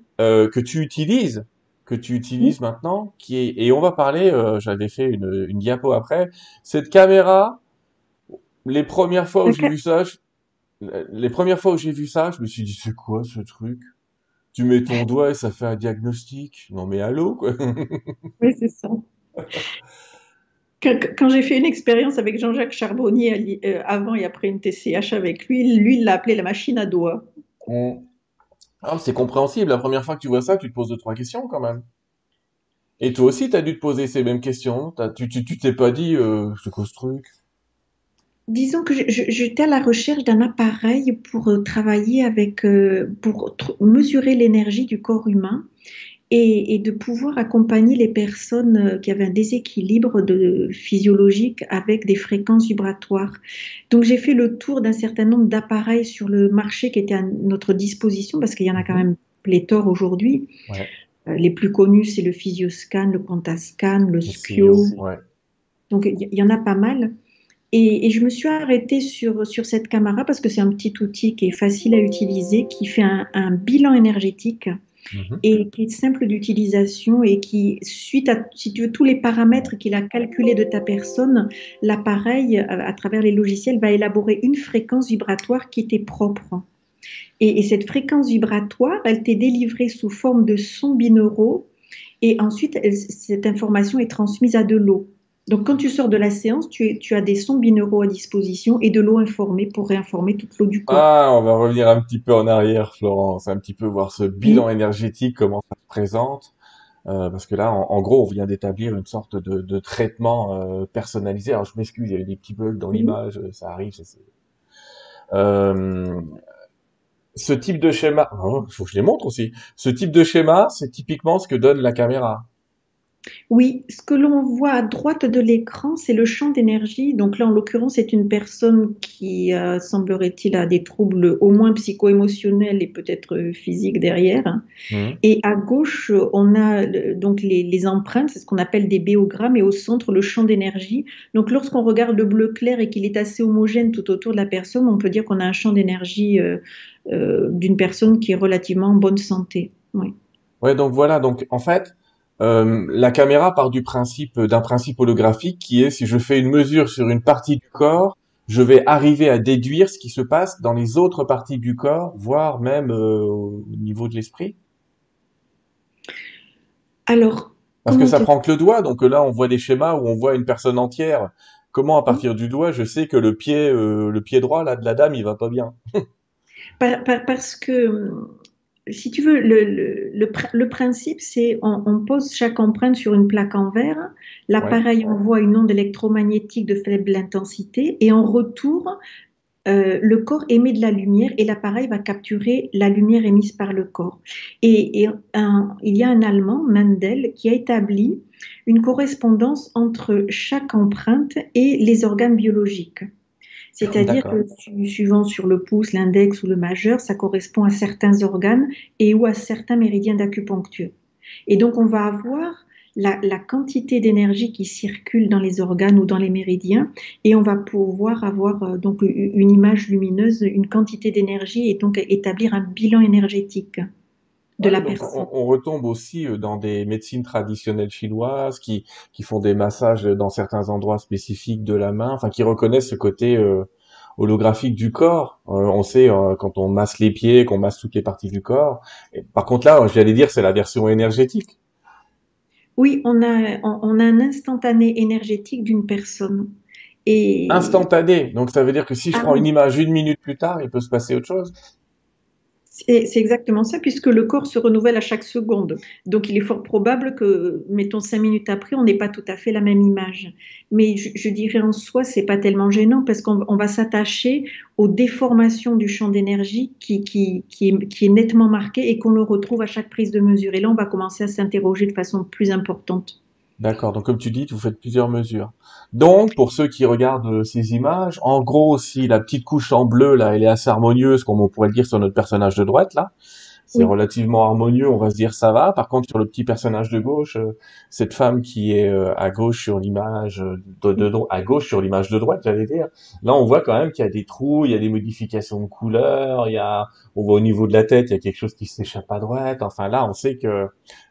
que tu Oui. utilises maintenant, qui est et on va parler. J'avais fait une diapo après. Cette caméra, les premières fois où j'ai vu ça, les premières fois où j'ai vu ça, je me suis dit c'est quoi ce truc? Tu mets ton doigt et ça fait un diagnostic. Non mais allô quoi. Oui, c'est ça. Quand j'ai fait une expérience avec Jean-Jacques Charbonnier avant et après une TCH avec lui, il l'a appelé la machine à doigts. On- Ah, c'est compréhensible. La première fois que tu vois ça, tu te poses deux trois questions quand même. Et toi aussi, t'as dû te poser ces mêmes questions. Tu t'es pas dit c'est quoi ce truc? Disons que j'étais à la recherche d'un appareil pour travailler avec, pour mesurer l'énergie du corps humain et de pouvoir accompagner les personnes qui avaient un déséquilibre physiologique avec des fréquences vibratoires. Donc j'ai fait le tour d'un certain nombre d'appareils sur le marché qui étaient à notre disposition parce qu'il y en a quand Mhm. même pléthore aujourd'hui. Ouais. Les plus connus, c'est le Physioscan, le Quantascan, le Le Skio. CEO, ouais. Donc, il y en a pas mal. Et je me suis arrêtée sur cette caméra parce que c'est un petit outil qui est facile à utiliser, qui fait un bilan énergétique Mhm. et qui est simple d'utilisation et qui, suite à, si tu veux, tous les paramètres qu'il a calculés de ta personne, l'appareil, à travers les logiciels, va élaborer une fréquence vibratoire qui t'est propre. Et cette fréquence vibratoire, elle t'est délivrée sous forme de sons binauraux et ensuite, cette information est transmise à de l'eau. Donc, quand tu sors de la séance, tu as des sons binauraux à disposition et de l'eau informée pour réinformer toute l'eau du corps. Ah, on va revenir un petit peu en arrière, Florence, un petit peu voir ce bilan Oui, énergétique, comment ça se présente. Parce que là, en gros, on vient d'établir une sorte de traitement personnalisé. Alors, je m'excuse, il y a eu des petits bugs dans oui. l'image, ça arrive. Euh, Ce type de schéma, oh, faut que je les montre aussi. Ce type de schéma, c'est typiquement ce que donne la caméra. Oui, ce que l'on voit à droite de l'écran, c'est le champ d'énergie. Donc là, en l'occurrence, c'est une personne qui, semblerait-il, a des troubles au moins psycho-émotionnels et peut-être physiques derrière. Mhm. Et à gauche, on a donc les empreintes, c'est ce qu'on appelle des béogrammes, et au centre, le champ d'énergie. Donc lorsqu'on regarde le bleu clair et qu'il est assez homogène tout autour de la personne, on peut dire qu'on a un champ d'énergie d'une personne qui est relativement en bonne santé. Oui. Ouais, donc voilà. Donc en fait, la caméra part du principe d'un principe holographique qui est si je fais une mesure sur une partie du corps, je vais arriver à déduire ce qui se passe dans les autres parties du corps, voire même au niveau de l'esprit. Alors, Parce que comment ça te prend que le doigt. Donc là, on voit des schémas où on voit une personne entière. Comment à dire? partir du doigt, je sais que le pied droit là de la dame, il va pas bien. Parce que, si tu veux, le principe, c'est on pose chaque empreinte sur une plaque en verre, Ouais. l'appareil envoie une onde électromagnétique de faible intensité et en retour, le corps émet de la lumière et l'appareil va capturer la lumière émise par le corps. Il y a un Allemand, Mendel, qui a établi une correspondance entre chaque empreinte et les organes biologiques. C'est-à-dire D'accord. que suivant sur le pouce, l'index ou le majeur, ça correspond à certains organes et ou à certains méridiens d'acupuncture. Et donc, on va avoir la quantité d'énergie qui circule dans les organes ou dans les méridiens et on va pouvoir avoir donc une image lumineuse, une quantité d'énergie et donc établir un bilan énergétique de Ouais, la donc personne. on retombe aussi dans des médecines traditionnelles chinoises qui font des massages dans certains endroits spécifiques de la main, enfin qui reconnaissent ce côté holographique du corps. On sait quand on masse les pieds, qu'on masse toutes les parties du corps. Et par contre là, j'allais dire c'est la version énergétique, Oui, on a un instantané énergétique d'une personne. Et instantanée. Donc ça veut dire que si je ah prends une oui, image une minute plus tard, il peut se passer autre chose. c'est exactement ça, puisque le corps se renouvelle à chaque seconde. Donc, il est fort probable que, mettons, 5 minutes après, on n'ait pas tout à fait la même image. Mais je dirais en soi, c'est pas tellement gênant parce qu'on va s'attacher aux déformations du champ d'énergie qui est nettement marqué et qu'on le retrouve à chaque prise de mesure. Et là, on va commencer à s'interroger de façon plus importante. D'accord, donc comme tu dis, vous faites plusieurs mesures. Donc, pour ceux qui regardent ces images, en gros, si la petite couche en bleu, là, elle est assez harmonieuse, comme on pourrait le dire sur notre personnage de droite, là, c'est Oui, relativement harmonieux, on va se dire ça va. Par contre, sur le petit personnage de gauche, cette femme qui est à gauche sur l'image à gauche sur l'image de droite, j'allais dire, là, on voit quand même qu'il y a des trous, il y a des modifications de couleurs, on voit au niveau de la tête, il y a quelque chose qui s'échappe à droite. Enfin, là, on sait que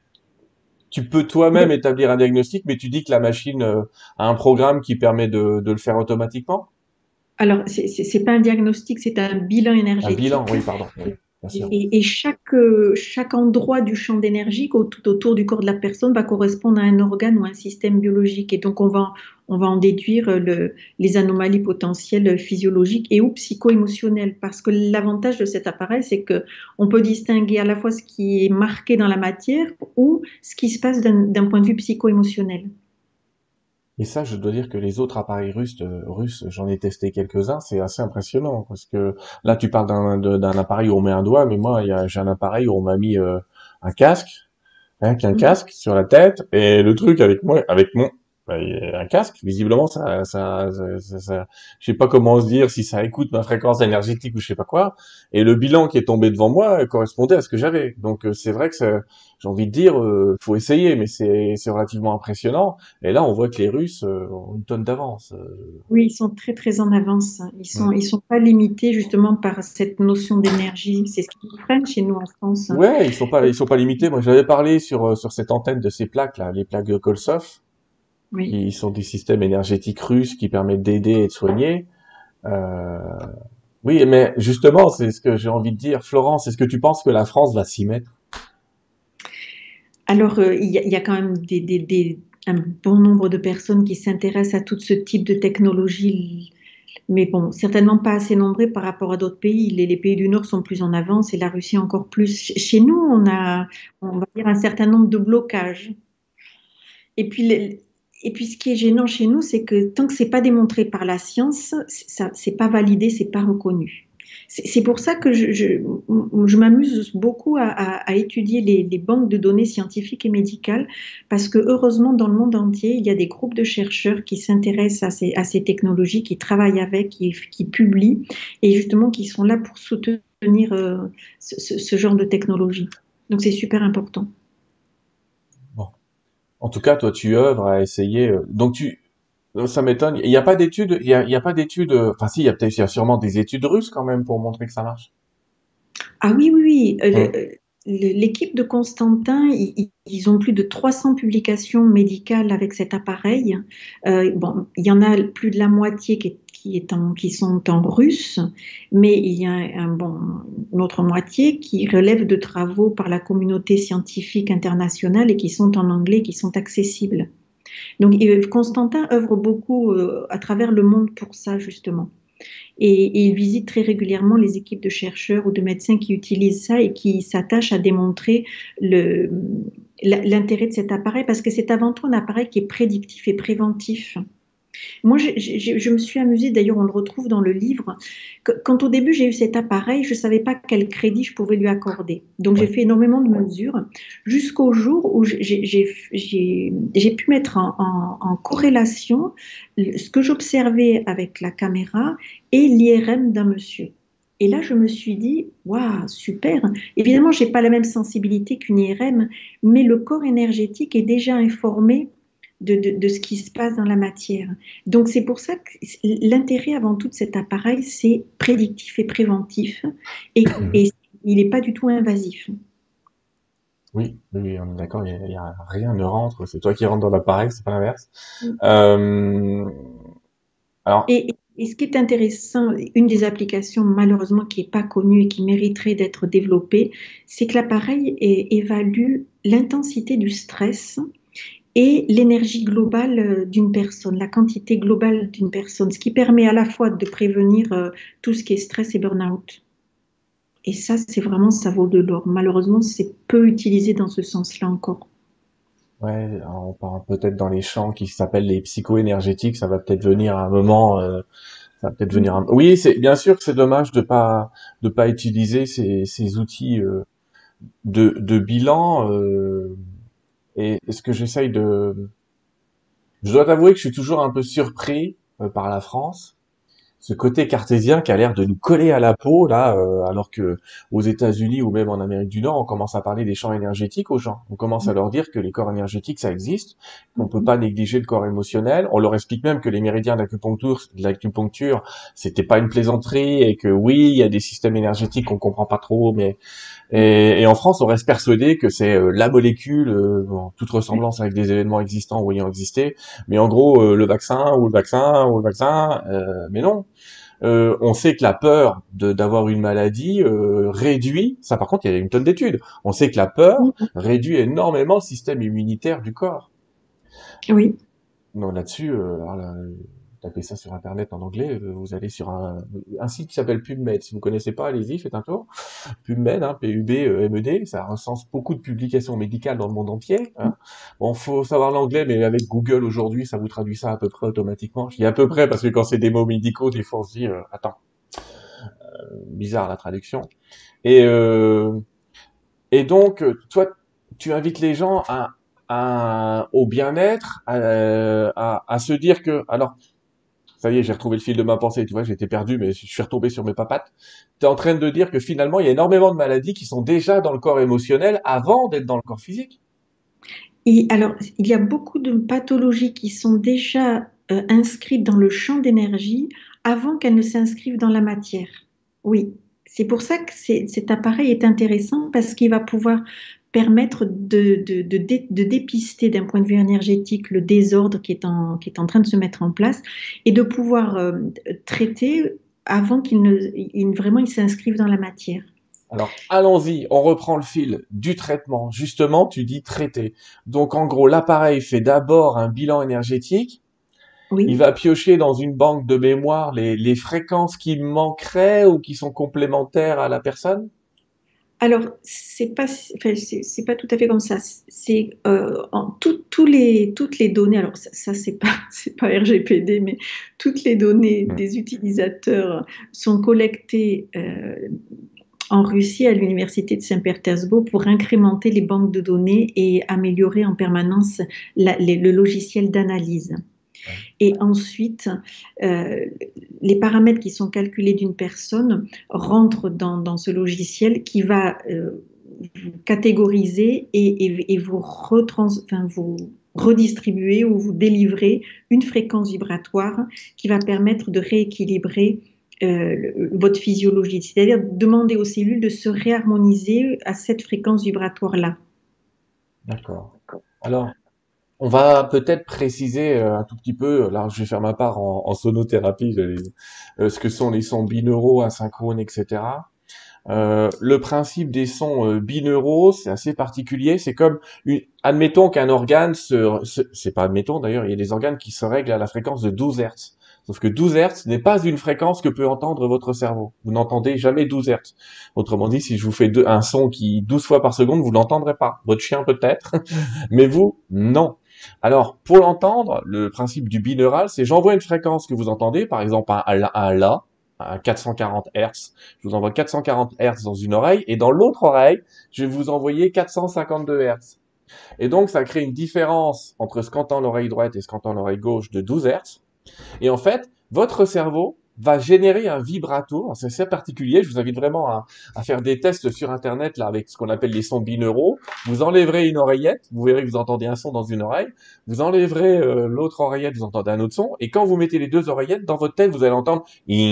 tu peux toi-même établir un diagnostic, mais tu dis que la machine a un programme qui permet de le faire automatiquement? alors, c'est pas un diagnostic, c'est un bilan Un bilan, énergétique. oui, pardon. Oui, bien sûr. Et chaque endroit du champ d'énergie tout autour du corps de la personne va correspondre à un organe ou un système biologique. Et donc, on va en déduire les anomalies potentielles physiologiques et ou psycho-émotionnelles. Parce que l'avantage de cet appareil, c'est que on peut distinguer à la fois ce qui est marqué dans la matière ou ce qui se passe d'un point de vue psycho-émotionnel. Et ça, je dois dire que les autres appareils russes, j'en ai testé quelques-uns, c'est assez impressionnant parce que là, tu parles d'un appareil où on met un doigt, mais moi, j'ai un appareil où on m'a mis un casque, hein, qu'un Mhm. casque sur la tête, et le truc avec moi, un casque, visiblement, je sais pas comment se dire si ça écoute ma fréquence énergétique ou je sais pas quoi. Et le bilan qui est tombé devant moi correspondait à ce que j'avais. Donc c'est vrai que j'ai envie de dire, faut essayer, mais c'est relativement impressionnant. Et là, on voit que les Russes ont une tonne d'avance. Oui, ils sont très très en avance. Ils sont pas limités justement par cette notion d'énergie. C'est ce qui nous freine chez nous en France. Ouais, ils sont pas limités. Moi, j'avais parlé sur cette antenne de ces plaques là, les plaques de Kolsov, Oui. qui sont des systèmes énergétiques russes qui permettent d'aider et de soigner. Euh, oui, mais justement, c'est ce que j'ai envie de dire. Florence, est-ce que tu penses que la France va s'y mettre? Alors, il y a quand même un bon nombre de personnes qui s'intéressent à tout ce type de technologie, mais bon, certainement pas assez nombreux par rapport à d'autres pays. Les pays du Nord sont plus en avance et la Russie encore plus. Chez nous, on va dire, un certain nombre de blocages. Et puis, et puis, ce qui est gênant chez nous, c'est que tant que c'est pas démontré par la science, ça, c'est pas validé, c'est pas reconnu. C'est pour ça que je m'amuse beaucoup à étudier les banques de données scientifiques et médicales, parce que heureusement, dans le monde entier, il y a des groupes de chercheurs qui s'intéressent à ces technologies, qui travaillent avec, qui publient, et justement qui sont là pour soutenir ce genre de technologie. Donc c'est super important. Bon. En tout cas, toi, tu œuvres à essayer. Ça m'étonne. Il n'y a pas d'études. Il y a pas d'études. Enfin, si, il y a sûrement des études russes quand même pour montrer que ça marche. Ah oui, oui, oui. Hum. L'équipe de Constantin, ils ont plus de 300 publications médicales avec cet appareil. Bon, il y en a plus de la moitié qui sont en russe, mais il y a une autre moitié qui relève de travaux par la communauté scientifique internationale et qui sont en anglais, qui sont accessibles. Donc, Constantin œuvre beaucoup à travers le monde pour ça, justement. Et il visite très régulièrement les équipes de chercheurs ou de médecins qui utilisent ça et qui s'attachent à démontrer l'intérêt de cet appareil parce que c'est avant tout un appareil qui est prédictif et préventif. Moi, je me suis amusée, d'ailleurs, on le retrouve dans le livre. Quand au début j'ai eu cet appareil, je ne savais pas quel crédit je pouvais lui accorder. Donc j'ai Oui. fait énormément de mesures jusqu'au jour où j'ai pu mettre en corrélation ce que j'observais avec la caméra et l'IRM d'un monsieur. Et là, je me suis dit, waouh, super. Évidemment, je n'ai pas la même sensibilité qu'une IRM, mais le corps énergétique est déjà informé de ce qui se passe dans la matière. Donc c'est pour ça que l'intérêt avant tout de cet appareil, c'est prédictif et préventif et il n'est pas du tout invasif. Oui, oui, oui, on est d'accord. Il y a rien ne rentre. C'est toi qui rentres dans l'appareil, c'est pas l'inverse. Mm. Euh, alors, Et ce qui est intéressant, une des applications malheureusement qui n'est pas connue et qui mériterait d'être développée, c'est que l'appareil évalue l'intensité du stress et l'énergie globale d'une personne, la quantité globale d'une personne, ce qui permet à la fois de prévenir tout ce qui est stress et burn-out. Et ça, c'est vraiment, ça vaut de l'or. Malheureusement, c'est peu utilisé dans ce sens-là encore. ouais, alors on part peut-être dans les champs qui s'appellent les psycho-énergétiques. Ça va peut-être venir à un moment. Ça va peut-être venir. Oui, c'est bien sûr que c'est dommage de pas utiliser ces outils de bilan. Et ce que j'essaye de, je dois t'avouer que je suis toujours un peu surpris par la France, ce côté cartésien qui a l'air de nous coller à la peau là, alors que aux États-Unis ou même en Amérique du Nord, on commence à parler des champs énergétiques aux gens. On commence à leur dire que les corps énergétiques ça existe, qu'on peut pas négliger le corps émotionnel. On leur explique même que les méridiens l'acupuncture, c'était pas une plaisanterie et que oui, il y a des systèmes énergétiques qu'on comprend pas trop, mais et en France, on reste persuadé que c'est la molécule, bon, toute ressemblance avec des événements existants ou ayant existé, mais en gros, le vaccin ou le vaccin ou le vaccin, mais non. On sait que la peur d'avoir une maladie réduit, ça par contre, il y a une tonne d'études. On sait que la peur réduit énormément le système immunitaire du corps. Oui. Non, là-dessus, alors là, tapez ça sur Internet en anglais, vous allez sur un site qui s'appelle PubMed. Si vous connaissez pas, allez-y, faites un tour. PubMed, hein, PUB-MED, ça recense beaucoup de publications médicales dans le monde entier. Hein. Bon, faut savoir l'anglais, mais avec Google aujourd'hui, ça vous traduit ça à peu près automatiquement. Je dis à peu près parce que quand c'est des mots médicaux, des fois on se dit, attends, bizarre la traduction. Et, euh, et donc, toi, tu invites les gens au bien-être, à se dire que, alors, ça y est, j'ai retrouvé le fil de ma pensée, tu vois, j'étais perdu, mais je suis retombé sur mes papates. Tu es en train de dire que finalement, il y a énormément de maladies qui sont déjà dans le corps émotionnel avant d'être dans le corps physique. Et alors, il y a beaucoup de pathologies qui sont déjà inscrites dans le champ d'énergie avant qu'elles ne s'inscrivent dans la matière. Oui, c'est pour ça que cet appareil est intéressant parce qu'il va pouvoir permettre de dépister d'un point de vue énergétique le désordre qui est en train de se mettre en place et de pouvoir traiter avant vraiment il s'inscrive dans la matière. Alors, allons-y, on reprend le fil du traitement. Justement, tu dis traiter. Donc, en gros, l'appareil fait d'abord un bilan énergétique. Il Oui. va piocher dans une banque de mémoire les fréquences qui manqueraient ou qui sont complémentaires à la personne. Alors, enfin, c'est pas tout à fait comme ça. C'est toutes les données. Alors, ça c'est pas, c'est pas RGPD, mais toutes les données Hmm. des utilisateurs sont collectées en Russie à l'université de Saint-Pétersbourg pour incrémenter les banques de données et améliorer en permanence le logiciel d'analyse. Ouais. Et ensuite, euh, les paramètres qui sont calculés d'une personne rentrent dans ce logiciel qui va vous catégoriser et vous redistribuer ou vous délivrer une fréquence vibratoire qui va permettre de rééquilibrer votre physiologie, c'est-à-dire demander aux cellules de se réharmoniser à cette fréquence vibratoire-là. D'accord. Alors, on va peut-être préciser un tout petit peu, là je vais faire ma part en sonothérapie, ce que sont les sons binauraux, asynchrones, etc. Le principe des sons binauraux, c'est assez particulier. C'est comme, admettons qu'un organe c'est pas admettons d'ailleurs, il y a des organes qui se règlent à la fréquence de 12 Hertz. Sauf que 12 Hertz n'est pas une fréquence que peut entendre votre cerveau. Vous n'entendez jamais 12 Hertz. Autrement dit, si je vous fais un son qui 12 fois par seconde, vous l'entendrez pas. Votre chien peut-être, mais vous, non. Alors, pour l'entendre, le principe du binaural, c'est j'envoie une fréquence que vous entendez, par exemple un la, à 440 Hertz. Je vous envoie 440 Hertz dans une oreille, et dans l'autre oreille, je vais vous envoyer 452 Hertz. Et donc, ça crée une différence entre ce qu'entend l'oreille droite et ce qu'entend l'oreille gauche de 12 Hertz. Et en fait, votre cerveau va générer un vibrato. C'est assez particulier. Je vous invite vraiment à faire des tests sur Internet là avec ce qu'on appelle les sons binauraux. Vous enlèverez une oreillette, vous verrez que vous entendez un son dans une oreille. Vous enlèverez l'autre oreillette, vous entendez un autre son. Et quand vous mettez les deux oreillettes dans votre tête, vous allez entendre.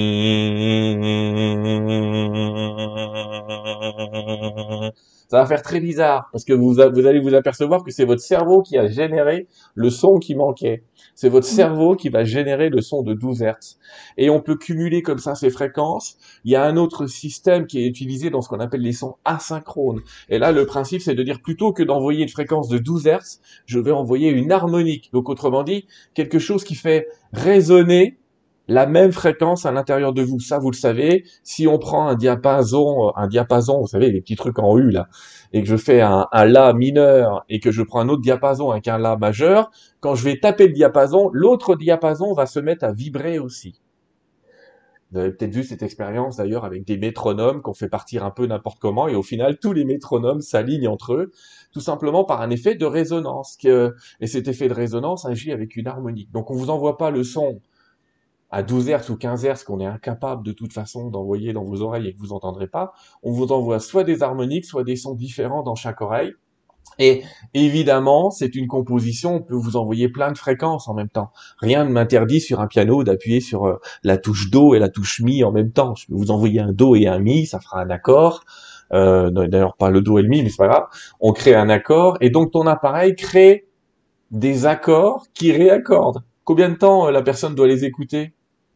Ça va faire très bizarre parce que vous allez vous apercevoir que c'est votre cerveau qui a généré le son qui manquait. C'est votre cerveau qui va générer le son de 12 Hertz. Et on peut cumuler comme ça ces fréquences. Il y a un autre système qui est utilisé dans ce qu'on appelle les sons asynchrones. Et là, le principe, c'est de dire plutôt que d'envoyer une fréquence de 12 Hertz, je vais envoyer une harmonique. Donc, autrement dit, quelque chose qui fait résonner la même fréquence à l'intérieur de vous. Ça, vous le savez. Si on prend un diapason, vous savez, les petits trucs en U, là, et que je fais un La mineur, et que je prends un autre diapason avec un La majeur, quand je vais taper le diapason, l'autre diapason va se mettre à vibrer aussi. Vous avez peut-être vu cette expérience d'ailleurs avec des métronomes qu'on fait partir un peu n'importe comment et au final tous les métronomes s'alignent entre eux tout simplement par un effet de résonance. Et cet effet de résonance agit avec une harmonique. Donc on vous envoie pas le son à 12 Hz ou 15 Hz qu'on est incapable de toute façon d'envoyer dans vos oreilles et que vous entendrez pas. On vous envoie soit des harmoniques, soit des sons différents dans chaque oreille. Et évidemment, c'est une composition, on peut vous envoyer plein de fréquences en même temps. Rien ne m'interdit sur un piano d'appuyer sur la touche Do et la touche Mi en même temps. Je peux vous envoyer un Do et un Mi, ça fera un accord. D'ailleurs, pas le Do et le Mi, mais c'est pas grave. On crée un accord et donc ton appareil crée des accords qui réaccordent. Combien de temps la personne doit les écouter?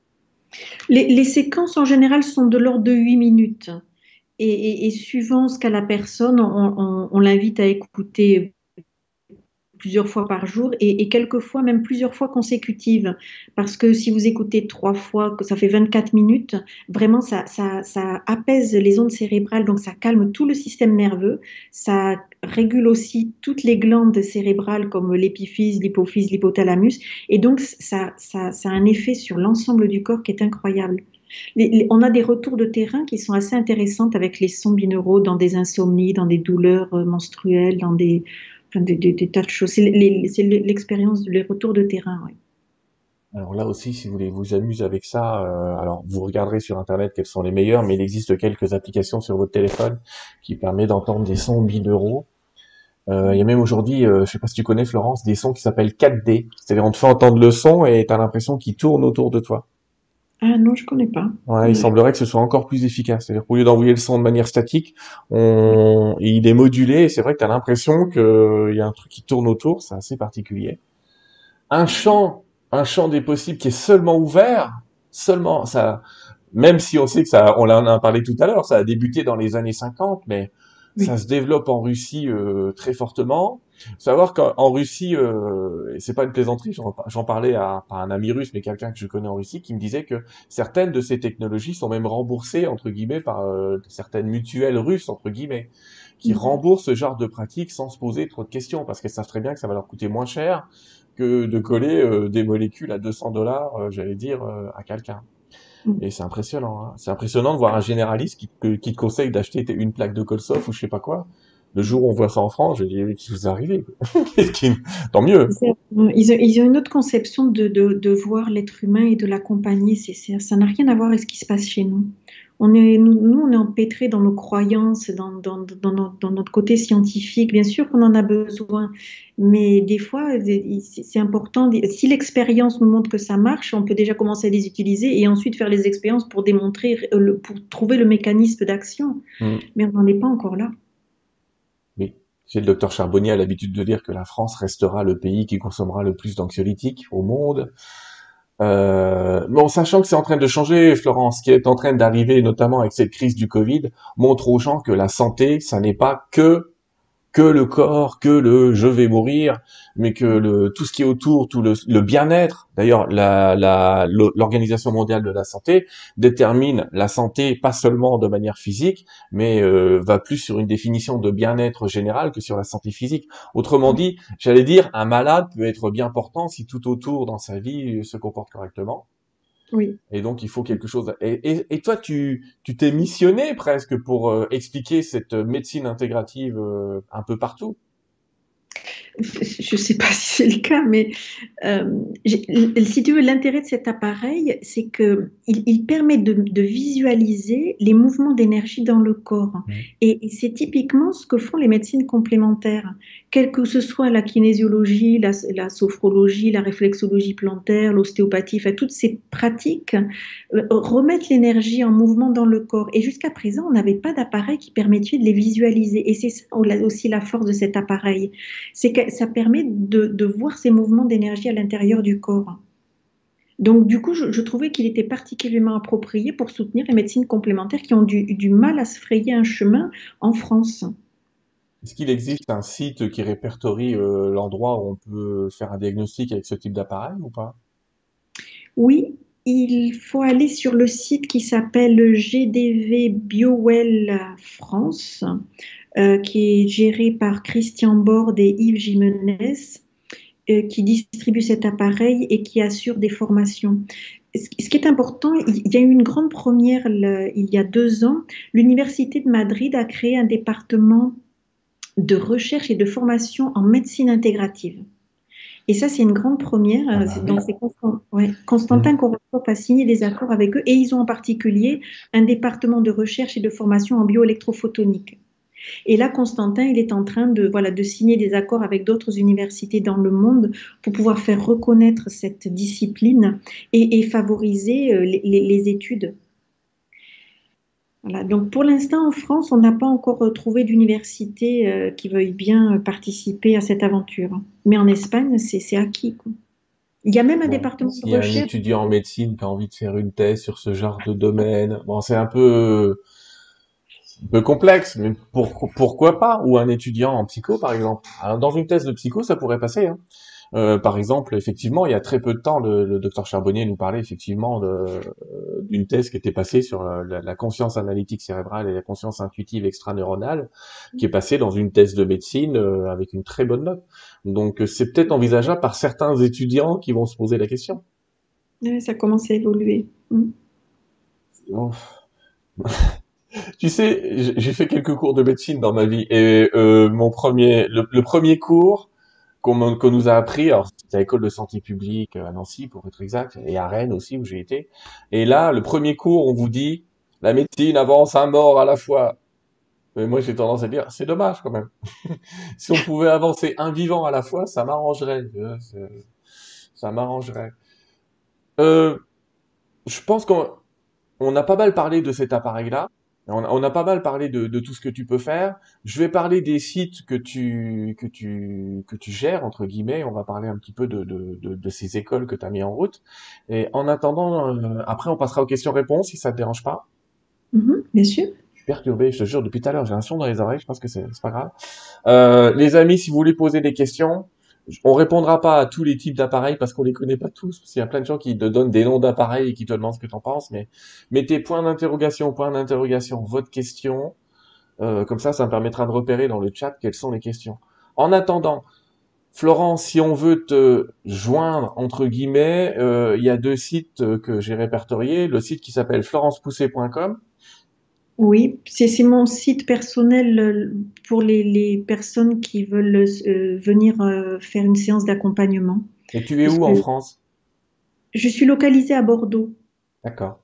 Les séquences en général sont de l'ordre de 8 minutes. Et suivant ce qu'a la personne, on l'invite à écouter plusieurs fois par jour et quelquefois même plusieurs fois consécutives. Parce que si vous écoutez 3 fois, que ça fait 24 minutes, vraiment ça apaise les ondes cérébrales, donc ça calme tout le système nerveux, ça régule aussi toutes les glandes cérébrales comme l'épiphyse, l'hypophyse, l'hypothalamus, et donc ça a un effet sur l'ensemble du corps qui est incroyable. On a des retours de terrain qui sont assez intéressants avec les sons binauraux dans des insomnies, dans des douleurs menstruelles, enfin, des tas de choses. C'est l'expérience, les retours de terrain, ouais. Alors là aussi, si vous voulez vous amuser avec ça, alors vous regarderez sur Internet quels sont les meilleurs, mais il existe quelques applications sur votre téléphone qui permettent d'entendre des sons binaural. Il y a même aujourd'hui, je sais pas si tu connais Florence, des sons qui s'appellent 4D. C'est-à-dire on te fait entendre le son et t'as l'impression qu'il tourne autour de toi. Ah non, je connais pas. Ouais, il semblerait que ce soit encore plus efficace. C'est-à-dire qu'au lieu d'envoyer le son de manière statique, Ouais. il est modulé et c'est vrai que t'as l'impression qu'il y a un truc qui tourne autour. C'est assez particulier. Un champ, un champ des possibles qui est seulement ouvert, seulement ça, même si on sait que ça, on en a parlé tout à l'heure, ça a débuté dans les années 50, mais ça Oui. se développe en Russie très fortement. Savoir qu'en Russie, et c'est pas une plaisanterie, j'en parlais à pas un ami russe, mais quelqu'un que je connais en Russie, qui me disait que certaines de ces technologies sont même remboursées entre guillemets par certaines mutuelles russes entre guillemets, qui Mhm. remboursent ce genre de pratiques sans se poser trop de questions, parce qu'elles savent très bien que ça va leur coûter moins cher que de coller des molécules à 200 $, j'allais dire, à quelqu'un. Mhm. Et c'est impressionnant, hein. C'est impressionnant de voir un généraliste qui te conseille d'acheter une plaque de Colsoft ou je sais pas quoi. Le jour où on voit ça en France, je dis, mais qu'est-ce qui vous est arrivé, quoi? Tant mieux. Ils ont une autre conception de voir l'être humain et de l'accompagner. Ça n'a rien à voir avec ce qui se passe chez nous. Nous, on est empêtrés dans nos croyances, dans notre côté scientifique. Bien sûr qu'on en a besoin, mais des fois, c'est important. Si l'expérience nous montre que ça marche, on peut déjà commencer à les utiliser et ensuite faire les expériences pour démontrer, pour trouver le mécanisme d'action. Mm. Mais on n'en est pas encore là. Oui. C'est le docteur Charbonnier a l'habitude de dire que la France restera le pays qui consommera le plus d'anxiolytiques au monde. Bon, sachant que c'est en train de changer, Florence, ce qui est en train d'arriver, notamment avec cette crise du Covid, montre aux gens que la santé, ça n'est pas que le corps, que le je vais mourir, mais que tout ce qui est autour, tout le bien-être. D'ailleurs, l'Organisation mondiale de la santé détermine la santé pas seulement de manière physique, mais va plus sur une définition de bien-être général que sur la santé physique. Autrement dit, j'allais dire, un malade peut être bien portant si tout autour dans sa vie se comporte correctement. Oui. Et donc, il faut quelque chose. Et toi, tu t'es missionné presque pour expliquer cette médecine intégrative un peu partout. Je ne sais pas si c'est le cas, mais euh, si tu veux, l'intérêt de cet appareil, c'est qu'il permet de visualiser les mouvements d'énergie dans le corps. Mhm. Et c'est typiquement ce que font les médecines complémentaires. Quelle que ce soit la kinésiologie, la sophrologie, la réflexologie plantaire, l'ostéopathie, enfin, toutes ces pratiques remettent l'énergie en mouvement dans le corps. Et jusqu'à présent, on n'avait pas d'appareil qui permettait de les visualiser. Et c'est ça aussi la force de cet appareil, c'est que ça permet de voir ces mouvements d'énergie à l'intérieur du corps. Donc, du coup, je trouvais qu'il était particulièrement approprié pour soutenir les médecines complémentaires qui ont du mal à se frayer un chemin en France. Est-ce qu'il existe un site qui répertorie l'endroit où on peut faire un diagnostic avec ce type d'appareil ou pas? Oui, il faut aller sur le site qui s'appelle GDV Biowell France, qui est géré par Christian Borde et Yves Gimenez, qui distribue cet appareil et qui assure des formations. Ce qui est important, il y a eu une grande première il y a 2 ans. L'Université de Madrid a créé un département de recherche et de formation en médecine intégrative. Et ça, c'est une grande première. Ah bah oui. Donc, ouais, Constantin Mhm. Korotkov a signé des accords avec eux et ils ont en particulier un département de recherche et de formation en bioélectrophotonique. Et là, Constantin, il est en train voilà, de signer des accords avec d'autres universités dans le monde pour pouvoir faire reconnaître cette discipline et favoriser les études. Voilà. Donc, pour l'instant, en France, on n'a pas encore trouvé d'université qui veuille bien participer à cette aventure. Mais en Espagne, c'est acquis, quoi. Il y a même un Bon, département de s'il y a un recherche. étudiant en médecine qui a envie de faire une thèse sur ce genre de domaine, bon, c'est un peu complexe, mais pourquoi pas? Ou un étudiant en psycho, par exemple. Alors, dans une thèse de psycho, ça pourrait passer, hein. Par exemple, effectivement, il y a très peu de temps, le docteur Charbonnier nous parlait effectivement d'une thèse qui était passée sur la conscience analytique cérébrale et la conscience intuitive extraneuronale, qui est passée dans une thèse de médecine avec une très bonne note. Donc, c'est peut-être envisageable par certains étudiants qui vont se poser la question. Ouais, ça commence à évoluer. Mm. Bon. Tu sais, j'ai fait quelques cours de médecine dans ma vie et le premier cours qu'on nous a appris, alors c'était à l'école de santé publique à Nancy pour être exact, et à Rennes aussi où j'ai été. Et là, le premier cours, on vous dit, la médecine avance un mort à la fois. Mais moi, j'ai tendance à dire, c'est dommage quand même. Si on pouvait avancer un vivant à la fois, ça m'arrangerait. Ça m'arrangerait. Euh, je pense on a pas mal parlé de cet appareil-là. On a pas mal parlé de tout ce que tu peux faire. Je vais parler des sites que tu gères, entre guillemets. On va parler un petit peu de ces écoles que tu as mis en route. Et en attendant, après, on passera aux questions-réponses, si ça te dérange pas. Mhm, bien sûr. Je suis perturbé, je te jure, depuis tout à l'heure, j'ai un son dans les oreilles. Je pense que c'est pas grave. Les amis, si vous voulez poser des questions, on répondra pas à tous les types d'appareils parce qu'on les connaît pas tous. Parce qu'il y a plein de gens qui te donnent des noms d'appareils et qui te demandent ce que tu en penses, mais mettez point d'interrogation, votre question. Comme ça me permettra de repérer dans le chat quelles sont les questions. En attendant, Florence, si on veut te joindre, entre guillemets, il y a deux sites que j'ai répertoriés. Le site qui s'appelle florencepoussé.com. Oui, c'est mon site personnel pour les personnes qui veulent venir faire une séance d'accompagnement. Et tu es Parce où que en France? je suis localisée à Bordeaux. D'accord.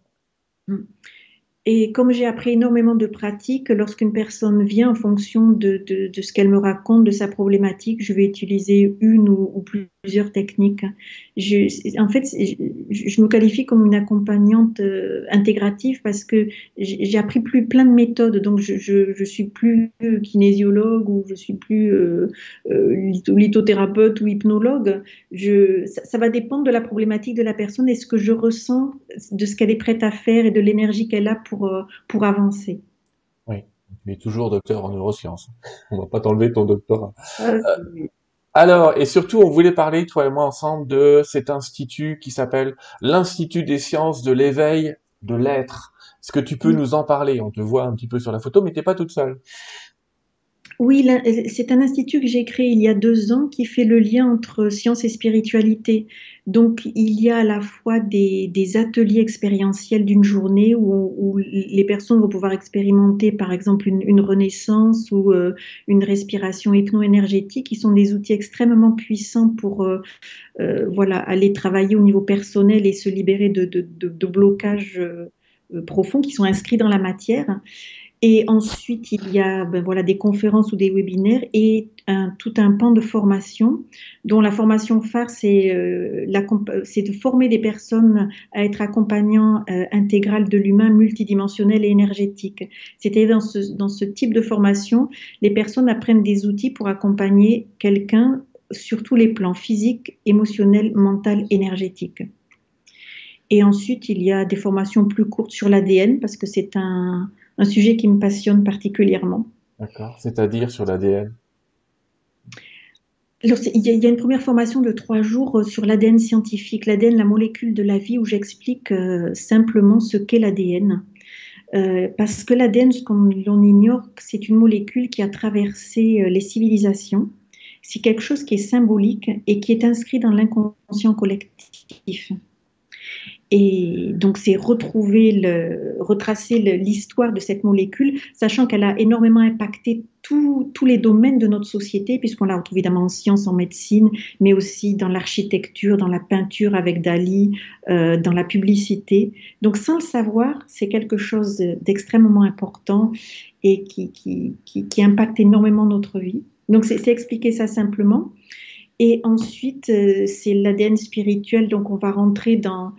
Et comme j'ai appris énormément de pratiques, lorsqu'une personne vient en fonction de ce qu'elle me raconte, de sa problématique, je vais utiliser une ou plusieurs techniques. En fait, je me qualifie comme une accompagnante intégrative parce que j'ai appris plein de méthodes. Donc, je suis plus kinésiologue ou je suis plus lithothérapeute ou hypnologue. Ça va dépendre de la problématique de la personne et ce que je ressens de ce qu'elle est prête à faire et de l'énergie qu'elle a pour avancer. Oui. Tu es toujours docteur en neurosciences. On va pas t'enlever ton doctorat. Ah, Euh, Alors, et surtout, on voulait parler, toi et moi, ensemble, de cet institut qui s'appelle l'Institut des sciences de l'éveil de l'être. Est-ce que tu peux oui. nous en parler? On te voit un petit peu sur la photo, mais t'es pas toute seule. Oui, c'est un institut que j'ai créé il y a 2 ans qui fait le lien entre science et spiritualité. Donc, il y a à la fois des ateliers expérientiels d'une journée où les personnes vont pouvoir expérimenter, par exemple, une renaissance ou une respiration hypno-énergétique, qui sont des outils extrêmement puissants pour voilà, aller travailler au niveau personnel et se libérer de blocages profonds qui sont inscrits dans la matière. Et ensuite, il y a ben voilà, des conférences ou des webinaires et tout un pan de formation, dont la formation phare, c'est de former des personnes à être accompagnants intégral de l'humain multidimensionnel et énergétique. C'était dans ce type de formation, les personnes apprennent des outils pour accompagner quelqu'un sur tous les plans physique, émotionnel, mental, énergétique. Et ensuite, il y a des formations plus courtes sur l'ADN parce que c'est un sujet qui me passionne particulièrement. D'accord. C'est-à-dire sur l'ADN. Alors, il y a une première formation de 3 jours sur l'ADN scientifique, l'ADN, la molécule de la vie, où j'explique simplement ce qu'est l'ADN. Parce que l'ADN, ce qu'on l'on ignore, c'est une molécule qui a traversé les civilisations. C'est quelque chose qui est symbolique et qui est inscrit dans l'inconscient collectif. Et donc, c'est retracer l'histoire de cette molécule, sachant qu'elle a énormément impacté tous les domaines de notre société, puisqu'on la retrouve évidemment en sciences, en médecine, mais aussi dans l'architecture, dans la peinture avec Dali, dans la publicité. Donc, sans le savoir, c'est quelque chose d'extrêmement important et qui impacte énormément notre vie. Donc, c'est expliquer ça simplement. Et ensuite, c'est l'ADN spirituel. Donc, on va rentrer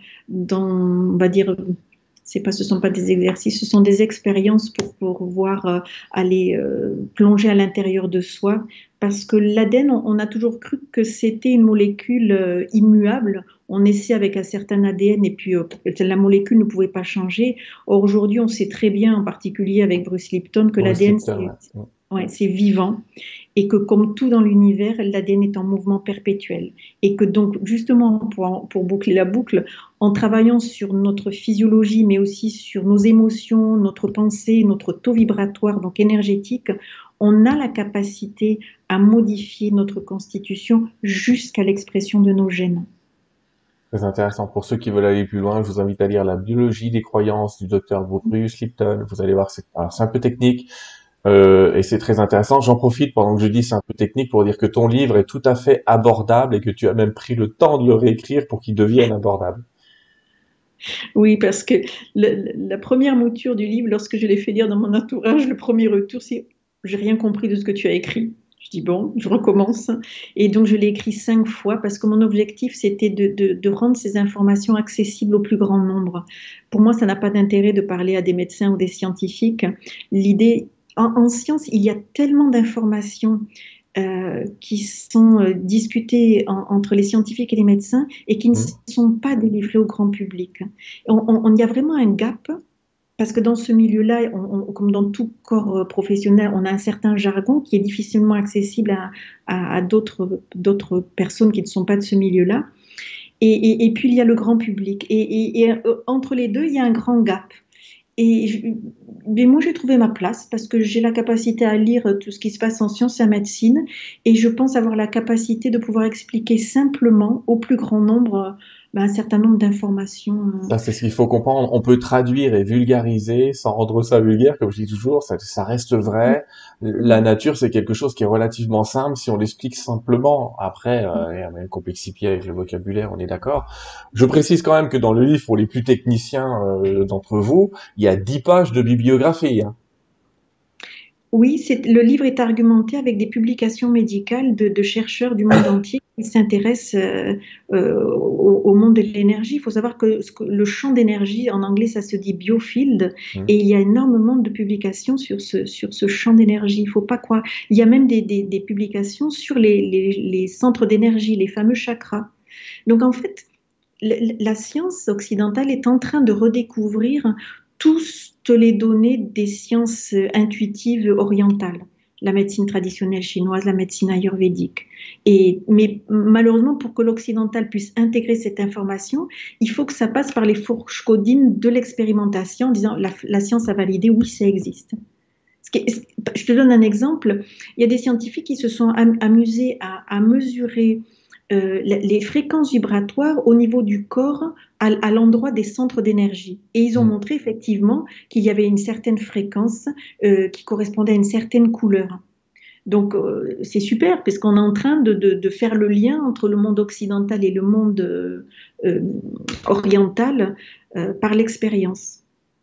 on va dire, ce sont pas des exercices, ce sont des expériences pour pouvoir aller plonger à l'intérieur de soi. Parce que l'ADN, on a toujours cru que c'était une molécule immuable. On naissait avec un certain ADN et puis la molécule ne pouvait pas changer. Or, aujourd'hui, on sait très bien, en particulier avec Bruce Lipton, que Bruce l'ADN, Lipton, ouais. ouais, c'est vivant et que comme tout dans l'univers, l'ADN est en mouvement perpétuel. Et que donc, justement, pour boucler la boucle, en travaillant sur notre physiologie, mais aussi sur nos émotions, notre pensée, notre taux vibratoire, donc énergétique, on a la capacité à modifier notre constitution jusqu'à l'expression de nos gènes. Très intéressant. Pour ceux qui veulent aller plus loin, je vous invite à lire La biologie des croyances du docteur Bruce Lipton. Vous allez voir, c'est un peu technique, et c'est très intéressant. J'en profite pendant que je dis c'est un peu technique pour dire que ton livre est tout à fait abordable et que tu as même pris le temps de le réécrire pour qu'il devienne abordable. Oui, parce que la première mouture du livre, lorsque je l'ai fait lire dans mon entourage, le premier retour, c'est j'ai rien compris de ce que tu as écrit. Je dis bon, je recommence. Et donc je l'ai écrit 5 fois parce que mon objectif, c'était de rendre ces informations accessibles au plus grand nombre. Pour moi, ça n'a pas d'intérêt de parler à des médecins ou des scientifiques. L'idée, en science, il y a tellement d'informations qui sont discutées entre les scientifiques et les médecins et qui ne Hmm. sont pas délivrées au grand public. Il y a vraiment un gap parce que dans ce milieu-là, comme dans tout corps professionnel, on a un certain jargon qui est difficilement accessible à d'autres personnes qui ne sont pas de ce milieu-là. Et puis, il y a le grand public. Entre les deux, il y a un grand gap. Et je- mais moi, j'ai trouvé ma place parce que j'ai la capacité à lire tout ce qui se passe en sciences et en médecine et je pense avoir la capacité de pouvoir expliquer simplement au plus grand nombre un certain nombre d'informations. Ça, c'est ce qu'il faut comprendre. On peut traduire et vulgariser sans rendre ça vulgaire, comme je dis toujours, ça reste vrai. La nature, c'est quelque chose qui est relativement simple si on l'explique simplement. Après, il y a même complexifier avec le vocabulaire, on est d'accord. Je précise quand même que dans le livre, pour les plus techniciens d'entre vous, il y a 10 pages de bibliographie, hein. Oui, le livre est argumenté avec des publications médicales de chercheurs du monde entier qui s'intéressent au monde de l'énergie. Il faut savoir que le champ d'énergie, en anglais, ça se dit biofield, Hmm. et il y a énormément de publications sur ce champ d'énergie. Il faut pas croire. Il y a même des publications sur les centres d'énergie, les fameux chakras. Donc, en fait, la science occidentale est en train de redécouvrir toutes les données des sciences intuitives orientales, la médecine traditionnelle chinoise, la médecine ayurvédique. Mais malheureusement, pour que l'occidental puisse intégrer cette information, il faut que ça passe par les fourches codines de l'expérimentation, en disant la science a validé, oui, ça existe. Je te donne un exemple. Il y a des scientifiques qui se sont amusés à mesurer les fréquences vibratoires au niveau du corps à l'endroit des centres d'énergie. Et ils ont Hmm. montré effectivement qu'il y avait une certaine fréquence qui correspondait à une certaine couleur. Donc c'est super parce qu'on est en train de faire le lien entre le monde occidental et le monde euh, oriental par l'expérience.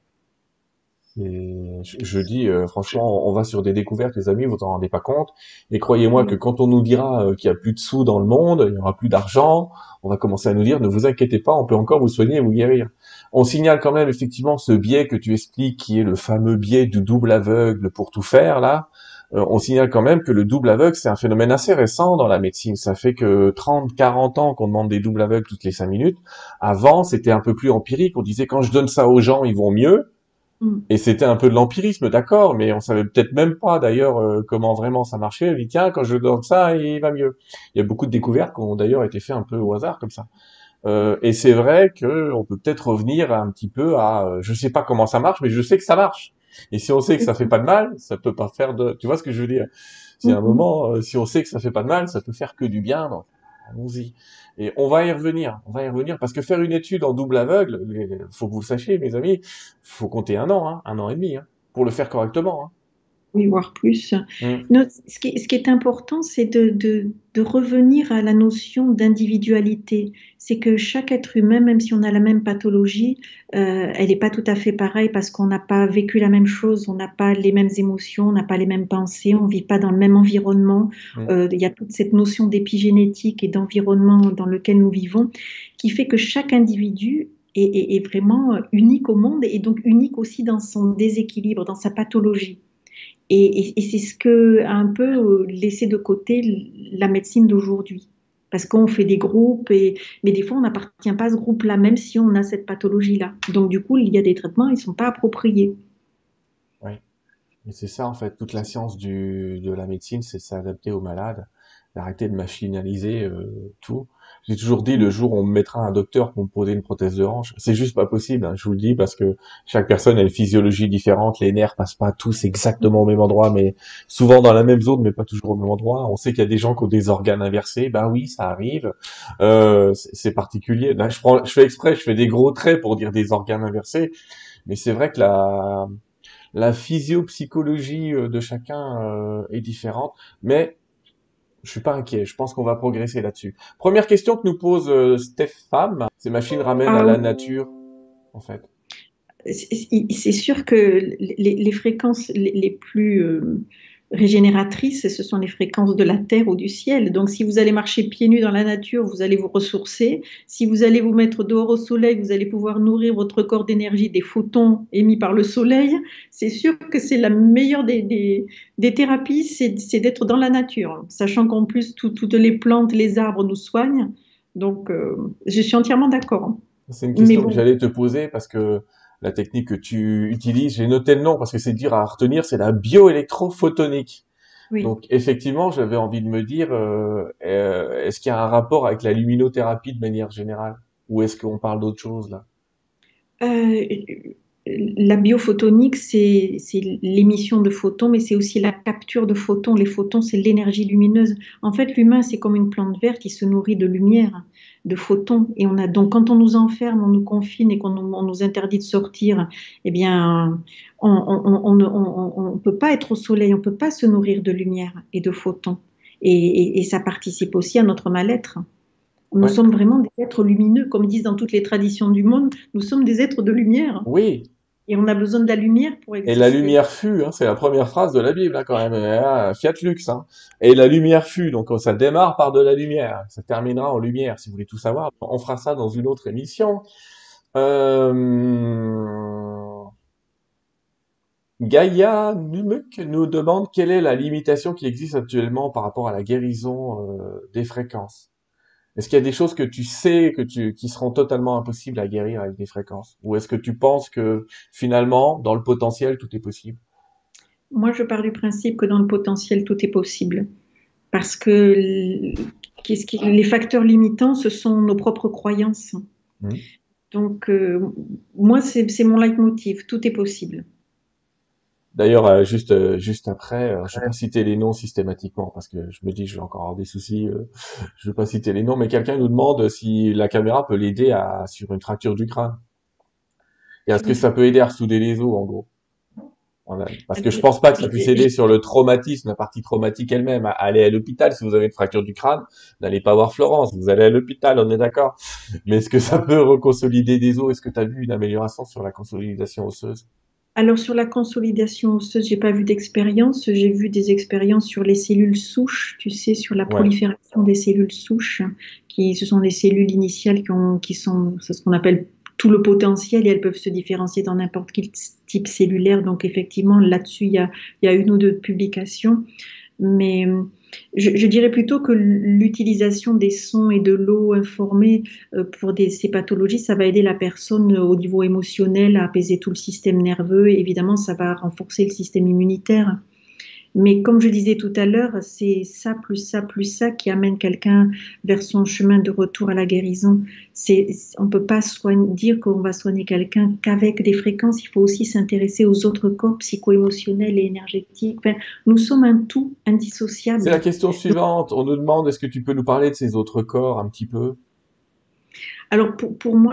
Et je dis, franchement, on va sur des découvertes, les amis, vous en rendez pas compte. Et croyez-moi que quand on nous dira qu'il y a plus de sous dans le monde, il y aura plus d'argent, on va commencer à nous dire, ne vous inquiétez pas, on peut encore vous soigner et vous guérir. On signale quand même effectivement ce biais que tu expliques, qui est le fameux biais du double aveugle pour tout faire, là. On signale quand même que le double aveugle, c'est un phénomène assez récent dans la médecine. Ça fait que 30, 40 ans qu'on demande des doubles aveugles toutes les 5 minutes. Avant, c'était un peu plus empirique. On disait, quand je donne ça aux gens, ils vont mieux. Mm. Et c'était un peu de l'empirisme, d'accord, mais on savait peut-être même pas d'ailleurs comment vraiment ça marchait. Elle dit tiens, quand je donne ça, il va mieux. Il y a beaucoup de découvertes qui ont d'ailleurs été faites un peu au hasard comme ça. Et c'est vrai que on peut peut-être revenir un petit peu à, je sais pas comment ça marche, mais je sais que ça marche. Et si on sait que ça fait pas de mal, ça peut pas faire de, tu vois ce que je veux dire? Si à un Mm. moment, si on sait que ça fait pas de mal, ça peut faire que du bien. Donc, allons-y. Et on va y revenir, parce que faire une étude en double aveugle, faut que vous le sachiez, mes amis, faut compter 1 an, hein, 1 an et demi, hein, pour le faire correctement, Oui, voire plus. hein. Non, ce qui est important, c'est de revenir à la notion d'individualité. C'est que chaque être humain, même si on a la même pathologie, elle n'est pas tout à fait pareille parce qu'on n'a pas vécu la même chose, on n'a pas les mêmes émotions, on n'a pas les mêmes pensées, on ne vit pas dans le même environnement. Mm, Il y a toute cette notion d'épigénétique et d'environnement dans lequel nous vivons qui fait que chaque individu est vraiment unique au monde et donc unique aussi dans son déséquilibre, dans sa pathologie. Et c'est ce que a un peu laissé de côté la médecine d'aujourd'hui. Parce qu'on fait des groupes, mais des fois on n'appartient pas à ce groupe-là, même si on a cette pathologie-là. Donc du coup, il y a des traitements, ils ne sont pas appropriés. oui. Et c'est ça, en fait, toute la science de la médecine, c'est s'adapter aux malades. d'arrêter de machinaliser tout. J'ai toujours dit le jour où on me mettra un docteur pour me poser une prothèse de hanche, c'est juste pas possible, hein, je vous le dis parce que chaque personne a une physiologie différente, les nerfs passent pas tous exactement au même endroit, mais souvent dans la même zone, mais pas toujours au même endroit. On sait qu'il y a des gens qui ont des organes inversés, ben oui, ça arrive. C'est particulier. Là, je fais exprès, je fais des gros traits pour dire des organes inversés, mais c'est vrai que la physiopsychologie de chacun est différente, mais je suis pas inquiet. Je pense qu'on va progresser là-dessus. Première question que nous pose Stéphane, ces machines ramènent à Ah la oui, nature, en fait. c'est sûr que les fréquences les plus régénératrices, ce sont les fréquences de la terre ou du ciel. Donc, si vous allez marcher pieds nus dans la nature, vous allez vous ressourcer. Si vous allez vous mettre dehors au soleil, vous allez pouvoir nourrir votre corps d'énergie des photons émis par le soleil. C'est sûr que c'est la meilleure des thérapies, c'est d'être dans la nature, sachant qu'en plus, toutes les plantes, les arbres nous soignent. Donc, je suis entièrement d'accord. C'est une Mais question que bon, j'allais te poser parce que la technique que tu utilises, j'ai noté le nom parce que c'est dur à retenir, c'est la bioélectrophotonique. oui. Donc effectivement, j'avais envie de me dire, est-ce qu'il y a un rapport avec la luminothérapie de manière générale, ou est-ce qu'on parle d'autre chose là? Euh, la biophotonique, c'est l'émission de photons, mais c'est aussi la capture de photons. Les photons, c'est l'énergie lumineuse. En fait, l'humain, c'est comme une plante verte qui se nourrit de lumière, de photons. Et on a donc, quand on nous enferme, on nous confine et on nous interdit de sortir, eh bien, on peut pas être au soleil, on peut pas se nourrir de lumière et de photons. Et ça participe aussi à notre mal-être. Nous Ouais. sommes vraiment des êtres lumineux, comme disent dans toutes les traditions du monde, nous sommes des êtres de lumière. Oui. Et on a besoin de la lumière pour Et la exister. lumière fut, hein, c'est la première phrase de la Bible hein, quand même. Fiat lux. Hein. Et la lumière fut, donc ça démarre par de la lumière, ça terminera en lumière. Si vous voulez tout savoir, on fera ça dans une autre émission. Euh... Gaïa Numuk nous demande quelle est la limitation qui existe actuellement par rapport à la guérison des fréquences. Est-ce qu'il y a des choses que tu sais qui seront totalement impossibles à guérir avec des fréquences? Ou est-ce que tu penses que finalement, dans le potentiel, tout est possible? Moi, je pars du principe que dans le potentiel, tout est possible. Parce que les facteurs limitants, ce sont nos propres croyances. Hmm. Donc, moi, c'est mon leitmotiv. Tout est possible. D'ailleurs, juste après, je vais pas citer les noms systématiquement parce que je me dis je vais encore avoir des soucis. Je vais pas citer les noms, mais quelqu'un nous demande si la caméra peut l'aider à sur une fracture du crâne. Et est-ce Sur que une ça peut aider à ressouder les os en gros? Voilà. Parce que je fracture. pense pas que ça puisse aider sur le traumatisme, la partie traumatique elle-même. Allez à l'hôpital si vous avez une fracture du crâne, n'allez pas voir Florence, vous allez à l'hôpital, on est d'accord. Mais est-ce que ça peut reconsolider des os? Est-ce que tu as vu une amélioration sur la consolidation osseuse? Alors, sur la consolidation osseuse, j'ai pas vu d'expérience. J'ai vu des expériences sur les cellules souches, tu sais, sur la Ouais. prolifération des cellules souches, ce sont des cellules initiales qui sont, c'est ce qu'on appelle tout le potentiel et elles peuvent se différencier dans n'importe quel type cellulaire. Donc, effectivement, là-dessus, il y a une ou deux publications. Mais je dirais plutôt que l'utilisation des sons et de l'eau informée pour ces pathologies, ça va aider la personne au niveau émotionnel à apaiser tout le système nerveux et évidemment, ça va renforcer le système immunitaire. Mais comme je disais tout à l'heure, c'est ça, plus ça, plus ça qui amène quelqu'un vers son chemin de retour à la guérison. On ne peut pas dire qu'on va soigner quelqu'un qu'avec des fréquences. Il faut aussi s'intéresser aux autres corps psycho-émotionnels et énergétiques. Enfin, nous sommes un tout C'est la indissociable. question suivante. On nous demande est-ce que tu peux nous parler de ces autres corps un petit peu? Alors pour moi,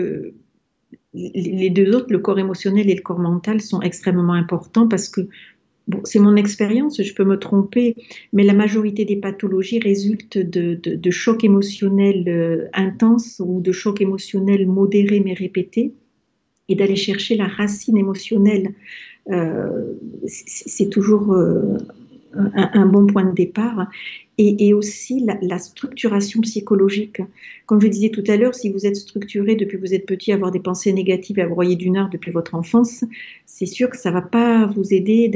les deux autres, le corps émotionnel et le corps mental, sont extrêmement importants parce que bon, c'est mon expérience, je peux me tromper, mais la majorité des pathologies résultent de chocs émotionnels intenses ou de chocs émotionnels modérés mais répétés. Et d'aller chercher la racine émotionnelle, c'est toujours un bon point de départ. Et aussi la structuration psychologique. Comme je disais tout à l'heure, si vous êtes structuré depuis que vous êtes petit à avoir des pensées négatives et à broyer du nord depuis votre enfance, c'est sûr que ça ne va pas vous aider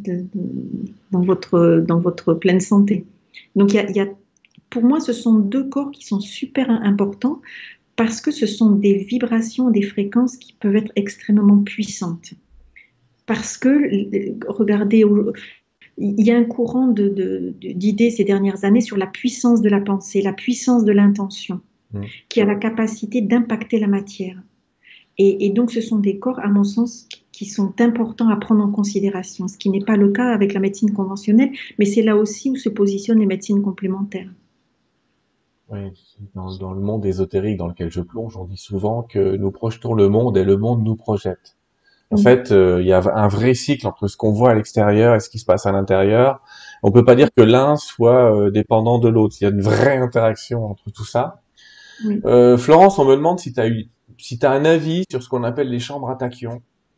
dans votre pleine santé. Donc pour moi, ce sont deux corps qui sont super importants parce que ce sont des vibrations, des fréquences qui peuvent être extrêmement puissantes. Parce que, regardez, il y a un courant d'idées ces dernières années sur la puissance de la pensée, la puissance de l'intention, Mm. qui a la capacité d'impacter la matière. Et donc, ce sont des corps, à mon sens, qui sont importants à prendre en considération, ce qui n'est pas le cas avec la médecine conventionnelle, mais c'est là aussi où se positionnent les médecines complémentaires. Oui, dans le monde ésotérique dans lequel je plonge, on dit souvent que nous projetons le monde et le monde nous projette. En Oui. fait, il y a un vrai cycle entre ce qu'on voit à l'extérieur et ce qui se passe à l'intérieur. On peut pas dire que l'un soit dépendant de l'autre. Il y a une vraie interaction entre tout ça. Oui. Florence, on me demande si t'as un avis sur ce qu'on appelle les chambres à tachyon.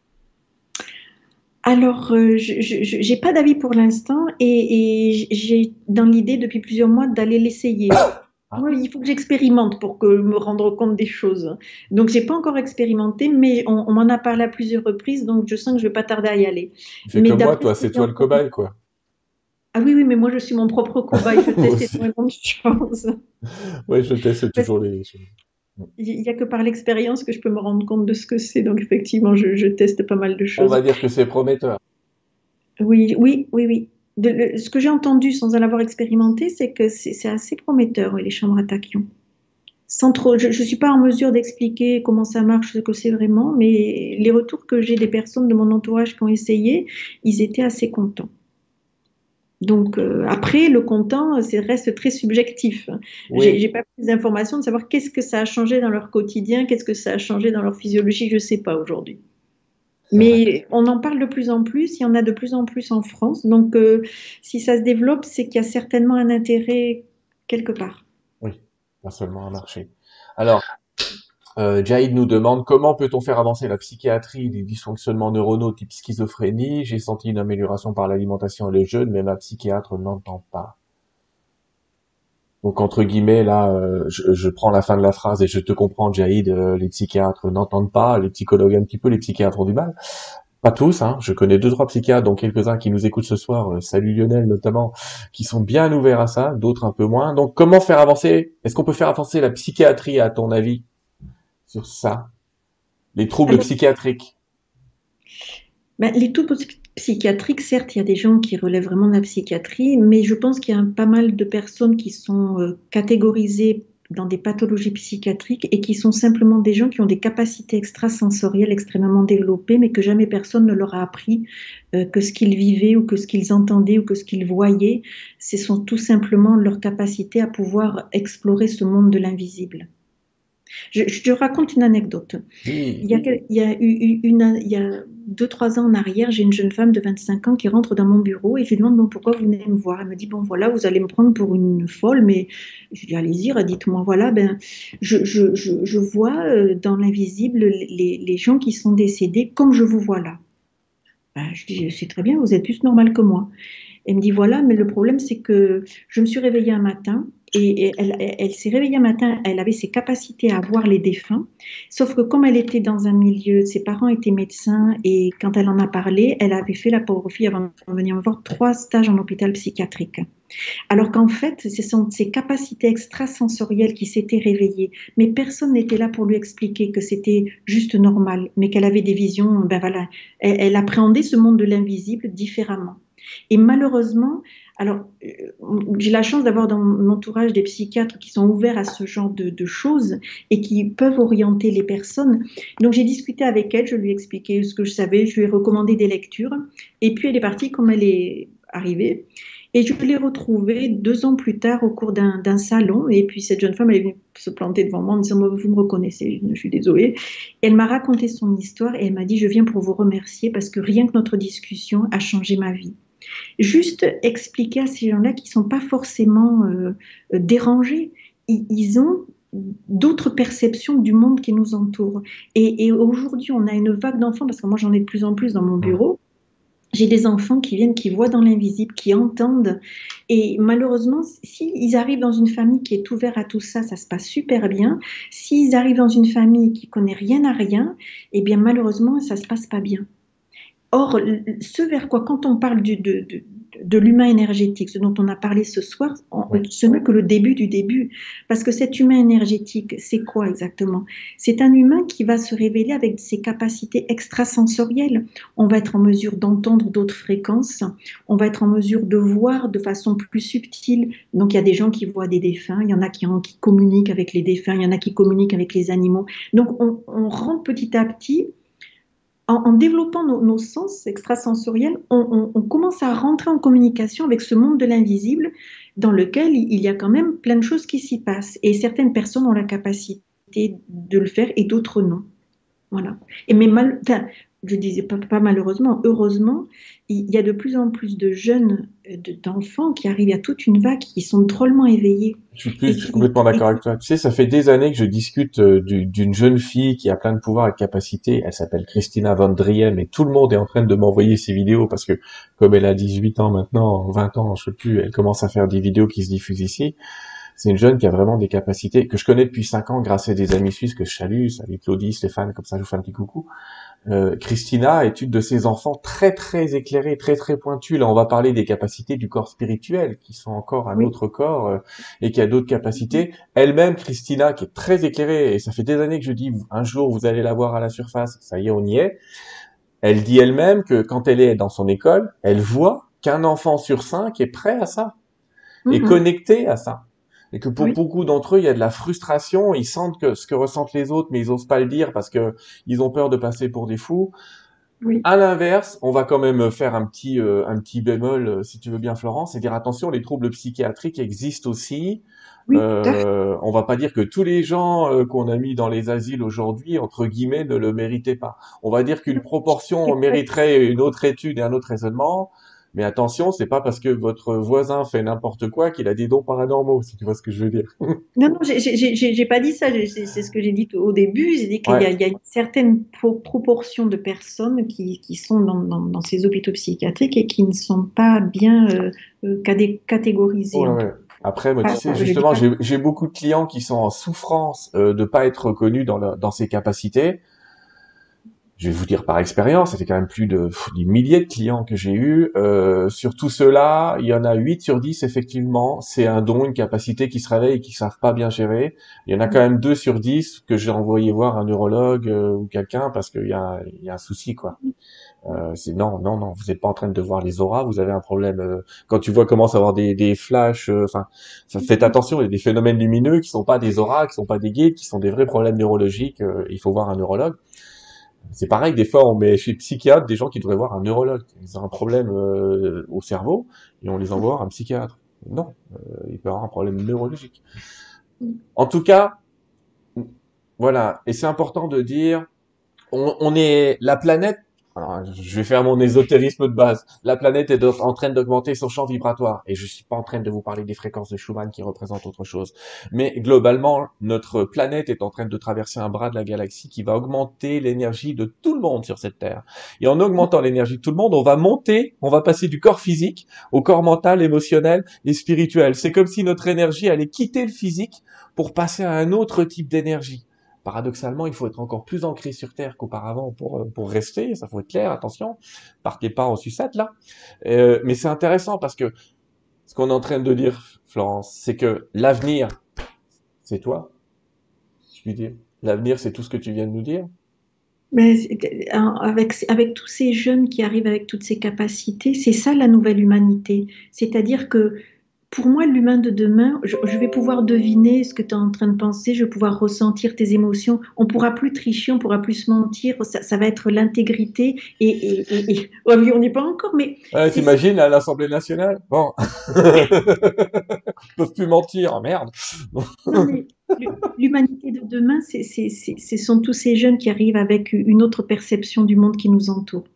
Alors, je n'ai pas d'avis pour l'instant et j'ai dans l'idée depuis plusieurs mois d'aller l'essayer. Ah, Oui, il faut que j'expérimente pour que me rendre compte des choses. Donc, j'ai pas encore expérimenté, mais on m'en a parlé à plusieurs reprises, donc je sens que je vais pas tarder à y aller. tu fais Mais comme moi, d'après ce toi, que c'est j'ai toi le entendu, cobaye, quoi. ah oui, oui, mais moi je suis mon propre cobaye, je Moi teste aussi. énormément de choses. Ouais, je teste Parce toujours les choses. qu'il y a que par l'expérience que je peux me rendre compte de ce que c'est, donc effectivement, je teste pas mal de On choses. va dire que c'est prometteur. Oui, oui, oui, oui. Ce que j'ai entendu sans en avoir expérimenté, c'est que c'est assez prometteur, oui, les chambres à tachyon. Sans trop, je ne suis pas en mesure d'expliquer comment ça marche, ce que c'est vraiment, mais les retours que j'ai des personnes de mon entourage qui ont essayé, ils étaient assez contents. Donc après, le content, ça reste très subjectif. Oui, J'ai pas plus d'informations de savoir qu'est-ce que ça a changé dans leur quotidien, qu'est-ce que ça a changé dans leur physiologie, je ne sais pas aujourd'hui. c'est vrai. Mais on en parle de plus en plus, il y en a de plus en plus en France. Donc, si ça se développe, c'est qu'il y a certainement un intérêt quelque part. Oui, pas seulement un marché. Alors, Jaïd nous demande comment peut-on faire avancer la psychiatrie des dysfonctionnements neuronaux type schizophrénie. J'ai senti une amélioration par l'alimentation et le jeûne, mais ma psychiatre n'entend pas. Donc entre guillemets là, je prends la fin de la phrase et je te comprends, Jaïd. Les psychiatres n'entendent pas, les psychologues un petit peu, les psychiatres ont du mal. Pas tous, hein. Je connais deux trois psychiatres, dont quelques-uns qui nous écoutent ce soir. Salut Lionel notamment, qui sont bien ouverts à ça, d'autres un peu moins. Donc comment faire avancer? Est-ce qu'on peut faire avancer la psychiatrie à ton avis sur ça? Les troubles Alors, psychiatriques. ben, les troubles psychiatriques, certes, il y a des gens qui relèvent vraiment de la psychiatrie, mais je pense qu'il y a pas mal de personnes qui sont catégorisées dans des pathologies psychiatriques et qui sont simplement des gens qui ont des capacités extrasensorielles extrêmement développées, mais que jamais personne ne leur a appris que ce qu'ils vivaient ou que ce qu'ils entendaient ou que ce qu'ils voyaient, ce sont tout simplement leur capacité à pouvoir explorer ce monde de l'invisible. Je te raconte une anecdote. Oui. Il y a 2, 3 ans en arrière, j'ai une jeune femme de 25 ans qui rentre dans mon bureau et je lui demande bon, pourquoi vous venez me voir. Elle me dit bon voilà, vous allez me prendre pour une folle, mais je lui dis allez-y, dites-moi voilà, ben je vois dans l'invisible les gens qui sont décédés comme je vous vois là. Ben, je dis c'est très bien, vous êtes plus normal que moi. Elle me dit voilà, mais le problème c'est que je me suis réveillée un matin et elle s'est réveillée un matin, elle avait ses capacités à voir les défunts, sauf que comme elle était dans un milieu, ses parents étaient médecins et quand elle en a parlé, elle avait fait la pauvre fille avant de venir me voir 3 stages en hôpital psychiatrique. Alors qu'en fait, ce sont ses capacités extrasensorielles qui s'étaient réveillées, mais personne n'était là pour lui expliquer que c'était juste normal, mais qu'elle avait des visions, ben voilà, elle appréhendait ce monde de l'invisible différemment. Et malheureusement, alors j'ai la chance d'avoir dans mon entourage des psychiatres qui sont ouverts à ce genre de choses et qui peuvent orienter les personnes. Donc j'ai discuté avec elle, je lui ai expliqué ce que je savais, je lui ai recommandé des lectures, et puis elle est partie comme elle est arrivée. Et je l'ai retrouvée 2 ans plus tard au cours d'un salon. Et puis cette jeune femme, elle est venue se planter devant moi en me disant, vous me reconnaissez, je suis désolée. Et elle m'a raconté son histoire et elle m'a dit, je viens pour vous remercier parce que rien que notre discussion a changé ma vie. Juste expliquer à ces gens-là qui ne sont pas forcément dérangés. Ils ont d'autres perceptions du monde qui nous entoure. Et aujourd'hui, on a une vague d'enfants, parce que moi j'en ai de plus en plus dans mon Hum. bureau, j'ai des enfants qui viennent, qui voient dans l'invisible, qui entendent. Et malheureusement, s'ils arrivent dans une famille qui est ouverte à tout ça, ça se passe super bien. S'ils arrivent dans une famille qui connaît rien à rien, eh bien malheureusement, ça se passe pas bien. Or, ce vers quoi, quand on parle de l'humain énergétique, ce dont on a parlé ce soir, Oui. ce n'est que le début du début. Parce que cet humain énergétique, c'est quoi exactement? C'est un humain qui va se révéler avec ses capacités extrasensorielles. On va être en mesure d'entendre d'autres fréquences, on va être en mesure de voir de façon plus subtile. Donc il y a des gens qui voient des défunts, il y en a qui communiquent avec les défunts, il y en a qui communiquent avec les animaux. Donc on rentre petit à petit en développant nos sens extrasensoriels, on commence à rentrer en communication avec ce monde de l'invisible dans lequel il y a quand même plein de choses qui s'y passent. Et certaines personnes ont la capacité de le faire et d'autres non. Voilà. Et mais enfin, je disais pas malheureusement, heureusement, il y a de plus en plus de jeunes, d'enfants qui arrivent à toute une vague, qui sont drôlement éveillés Je et suis complètement et d'accord avec qui toi. Tu sais, ça fait des années que je discute d'une jeune fille qui a plein de pouvoirs et de capacités. Elle s'appelle Christina Van Driem et tout le monde est en train de m'envoyer ses vidéos parce que comme elle a 18 ans maintenant, 20 ans, je sais plus, elle commence à faire des vidéos qui se diffusent ici. C'est une jeune qui a vraiment des capacités que je connais depuis 5 ans grâce à des amis suisses que je salue. Salut Claudie, Stéphane, comme ça je vous fais un petit coucou. Christina est une de ces enfants très très éclairés, très très pointus. Là, on va parler des capacités du corps spirituel, qui sont encore un oui, autre corps et qui a d'autres capacités. Elle-même, Christina, qui est très éclairée, et ça fait des années que je dis, un jour vous allez la voir à la surface. Ça y est, on y est. Elle dit elle-même que quand elle est dans son école, elle voit qu'un enfant sur 5 est prêt à ça, est mhm, connecté à ça. Et que pour oui, beaucoup d'entre eux, il y a de la frustration, ils sentent que ce que ressentent les autres, mais ils osent pas le dire parce que ils ont peur de passer pour des fous. oui, À l'inverse, on va quand même faire un petit bémol, si tu veux bien, Florence, et dire attention, les troubles psychiatriques existent aussi. oui, tout à fait. On va pas dire que tous les gens qu'on a mis dans les asiles aujourd'hui, entre guillemets, ne le méritaient pas. On va dire qu'une proportion mériterait une autre étude et un autre raisonnement. Mais attention, c'est pas parce que votre voisin fait n'importe quoi qu'il a des dons paranormaux, si tu vois ce que je veux dire. Non, non, j'ai pas dit ça. C'est ce que j'ai dit au début. J'ai dit Ouais. il y a une certaine proportion de personnes qui sont dans ces hôpitaux psychiatriques et qui ne sont pas bien catégorisées, Ouais, en tout ouais. Après, moi, tu sais, cas. Je dis justement, pas. j'ai beaucoup de clients qui sont en souffrance de pas être reconnus dans ces capacités. Je vais vous dire par expérience, ça fait quand même plus de des milliers de clients que j'ai eus. Sur tout cela, il y en a 8 sur 10 effectivement, c'est un don, une capacité qui se réveille et qui savent pas bien gérer. Il y en a quand même 2 sur 10 que j'ai envoyé voir un neurologue ou quelqu'un parce qu'il y a un souci, quoi. C'est non, non, non, vous n'êtes pas en train de voir les auras, vous avez un problème. Quand tu vois commence à avoir des flashs, enfin, faites attention, il y a des phénomènes lumineux qui sont pas des auras, qui sont pas des guides, qui sont des vrais problèmes neurologiques. Il faut voir un neurologue. C'est pareil, des fois on met chez le psychiatre des gens qui devraient voir un neurologue. Ils ont un problème au cerveau et on les envoie voir un psychiatre. Non, il peut avoir un problème neurologique. En tout cas, voilà, et c'est important de dire on est la planète. Alors, je vais faire mon ésotérisme de base. La planète est en train d'augmenter son champ vibratoire, et je suis pas en train de vous parler des fréquences de Schumann qui représentent autre chose. Mais globalement, notre planète est en train de traverser un bras de la galaxie qui va augmenter l'énergie de tout le monde sur cette Terre. Et en augmentant l'énergie de tout le monde, on va monter, on va passer du corps physique au corps mental, émotionnel et spirituel. C'est comme si notre énergie allait quitter le physique pour passer à un autre type d'énergie. Paradoxalement, il faut être encore plus ancré sur Terre qu'auparavant pour rester, ça faut être clair, attention, partez pas en sucette là. Mais c'est intéressant parce que ce qu'on est en train de dire, Florence, c'est que l'avenir, c'est toi, si je puis dire. L'avenir, c'est tout ce que tu viens de nous dire. Mais avec tous ces jeunes qui arrivent avec toutes ces capacités, c'est ça la nouvelle humanité. C'est-à-dire que pour moi, l'humain de demain, je vais pouvoir deviner ce que tu es en train de penser, je vais pouvoir ressentir tes émotions. On pourra plus tricher, on pourra plus se mentir. Ça va être l'intégrité. Ouais, oui, on n'y est pas encore, mais Ouais, c'est ça. t'imagines à l'Assemblée nationale? Bon, ils peuvent plus mentir, merde. Non, mais l'humanité de demain, ce sont tous ces jeunes qui arrivent avec une autre perception du monde qui nous entoure.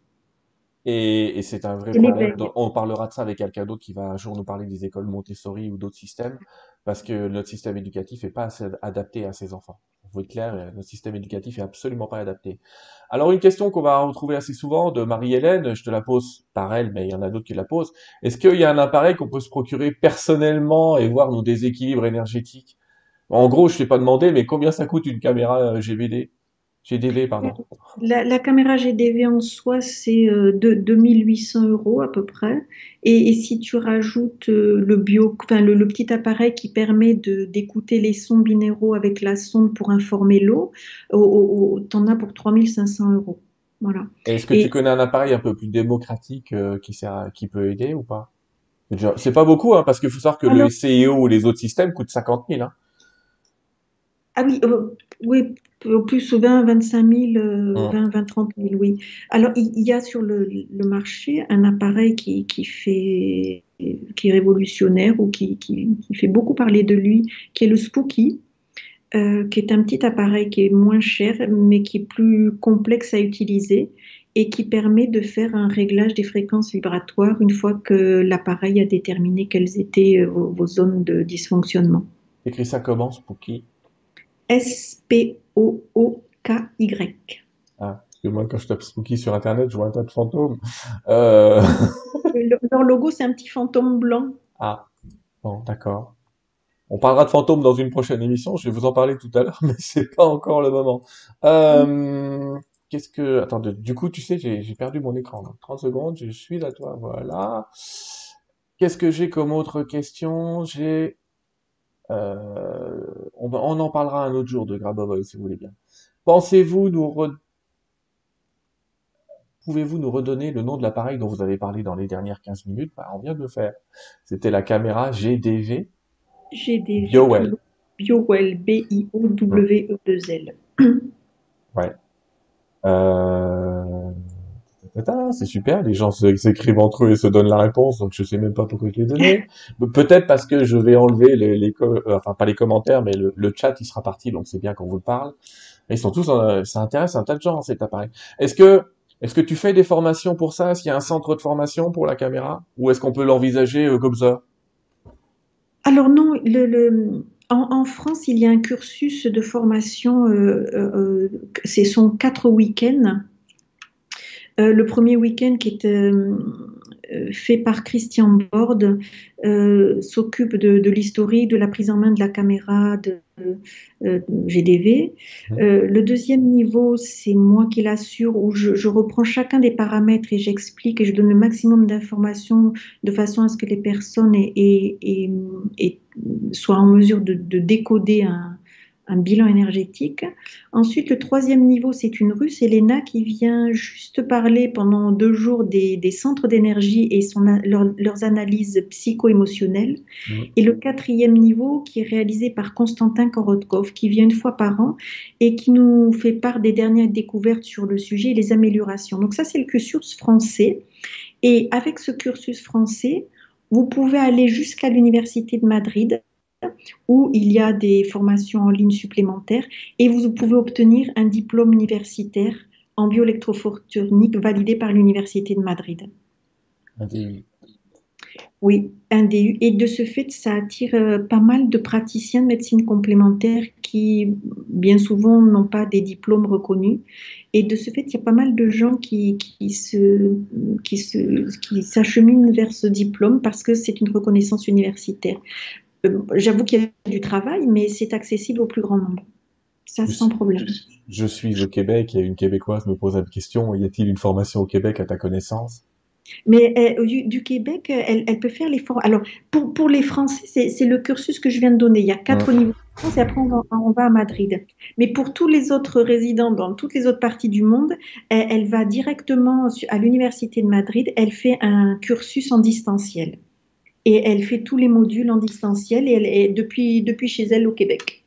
Et c'est un vrai C'est problème. l'éveil. On parlera de ça avec quelqu'un d'autre qui va un jour nous parler des écoles Montessori ou d'autres systèmes, parce que notre système éducatif est pas assez adapté à ces enfants. Faut être clair, notre système éducatif est absolument pas adapté. Alors une question qu'on va retrouver assez souvent de Marie-Hélène, je te la pose par elle, mais il y en a d'autres qui la posent. Est-ce qu'il y a un appareil qu'on peut se procurer personnellement et voir nos déséquilibres énergétiques? En gros, je t'ai pas demandé, mais combien ça coûte une caméra GVD? GDV, pardon. La caméra GDV en soi, c'est de 2 800 € à peu près. Et si tu rajoutes le petit appareil qui permet d'écouter les sons binéraux avec la sonde pour informer l'eau, t'en as pour 3 500 €. Voilà. Est-ce que tu Et connais un appareil un peu plus démocratique qui peut aider ou pas? C'est pas beaucoup, hein, parce qu'il faut savoir que le alors, SCIO ou les autres systèmes coûtent 50 000, hein. ah oui, oui, au plus 20 25 000, Hum. 20 30 000, oui. Alors, il y a sur le marché un appareil qui est révolutionnaire ou qui fait beaucoup parler de lui, qui est le Spooky, qui est un petit appareil qui est moins cher, mais qui est plus complexe à utiliser et qui permet de faire un réglage des fréquences vibratoires une fois que l'appareil a déterminé quelles étaient vos zones de dysfonctionnement. Écris ça comment, Spooky? Spooky. Ah, parce que moi, quand je tape Spooky sur Internet, je vois un tas de fantômes. Euh... Leur logo, c'est un petit fantôme blanc. Ah, bon, d'accord. On parlera de fantômes dans une prochaine émission. Je vais vous en parler tout à l'heure, mais c'est pas encore le moment. Qu'est-ce que... Attends, du coup, tu sais, j'ai perdu mon écran. Donc, 30 secondes, je suis à toi. Voilà. Qu'est-ce que j'ai comme autre question? On en parlera un autre jour de Grabovoi, si vous voulez bien. Pensez-vous Pouvez-vous nous redonner le nom de l'appareil dont vous avez parlé dans les dernières 15 minutes? Bah, on vient de le faire. C'était la caméra GDV GDV BioWell. BioWell, Hmm, BIOWE2L. ouais. Euh... C'est super, les gens s'écrivent entre eux et se donnent la réponse, donc je sais même pas pourquoi je l'ai donné. Peut-être parce que je vais enlever enfin pas les commentaires, mais le chat il sera parti, donc c'est bien qu'on vous le parle. Et ils sont tous, ça intéresse un tas de gens cet appareil. Est-ce que est-ce que tu fais des formations pour ça? Est-ce qu'il y a un centre de formation pour la caméra? Ou est-ce qu'on peut l'envisager comme ça? Alors non, en France, il y a un cursus de formation, ce sont 4 week-ends. Le premier week-end qui est fait par Christian Borde s'occupe de l'historique, de la prise en main de la caméra de GDV. Le deuxième niveau, c'est moi qui l'assure, où je reprends chacun des paramètres et j'explique et je donne le maximum d'informations de façon à ce que les personnes soient en mesure de décoder un bilan énergétique. Ensuite, le troisième niveau, c'est une Russe, Elena, qui vient juste parler pendant 2 jours des centres d'énergie et leurs analyses psycho-émotionnelles. Mhm. Et le quatrième niveau, qui est réalisé par Konstantin Korotkov, qui vient une fois par an et qui nous fait part des dernières découvertes sur le sujet et les améliorations. Donc ça, c'est le cursus français. Et avec ce cursus français, vous pouvez aller jusqu'à l'Université de Madrid où il y a des formations en ligne supplémentaires et vous pouvez obtenir un diplôme universitaire en bioélectrophotonique validé par l'Université de Madrid. Ok. Oui, un DU. Et de ce fait, ça attire pas mal de praticiens de médecine complémentaire qui, bien souvent, n'ont pas des diplômes reconnus. Et de ce fait, il y a pas mal de gens qui s'acheminent vers ce diplôme parce que c'est une reconnaissance universitaire. J'avoue qu'il y a du travail, mais c'est accessible au plus grand nombre. Ça, Je, sans problème. je suis au Québec et une Québécoise me pose la question, y a-t-il une formation au Québec à ta connaissance? Mais du Québec, elle peut faire les formations. Alors, pour les Français, c'est le cursus que je viens de donner. Il y a 4 niveaux de France et après, on va à Madrid. Mais pour tous les autres résidents dans toutes les autres parties du monde, elle va directement à l'Université de Madrid. Elle fait un cursus en distanciel. Et elle fait tous les modules en distanciel et elle est depuis chez elle au Québec.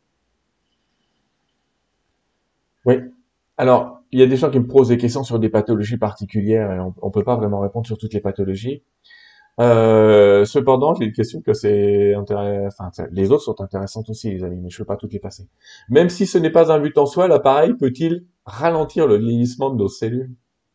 Oui. Alors, il y a des gens qui me posent des questions sur des pathologies particulières et on peut pas vraiment répondre sur toutes les pathologies. Cependant, j'ai une question que enfin, les autres sont intéressantes aussi, les amis, mais je ne peux pas toutes les passer. Même si ce n'est pas un but en soi, l'appareil peut-il ralentir le vieillissement de nos cellules?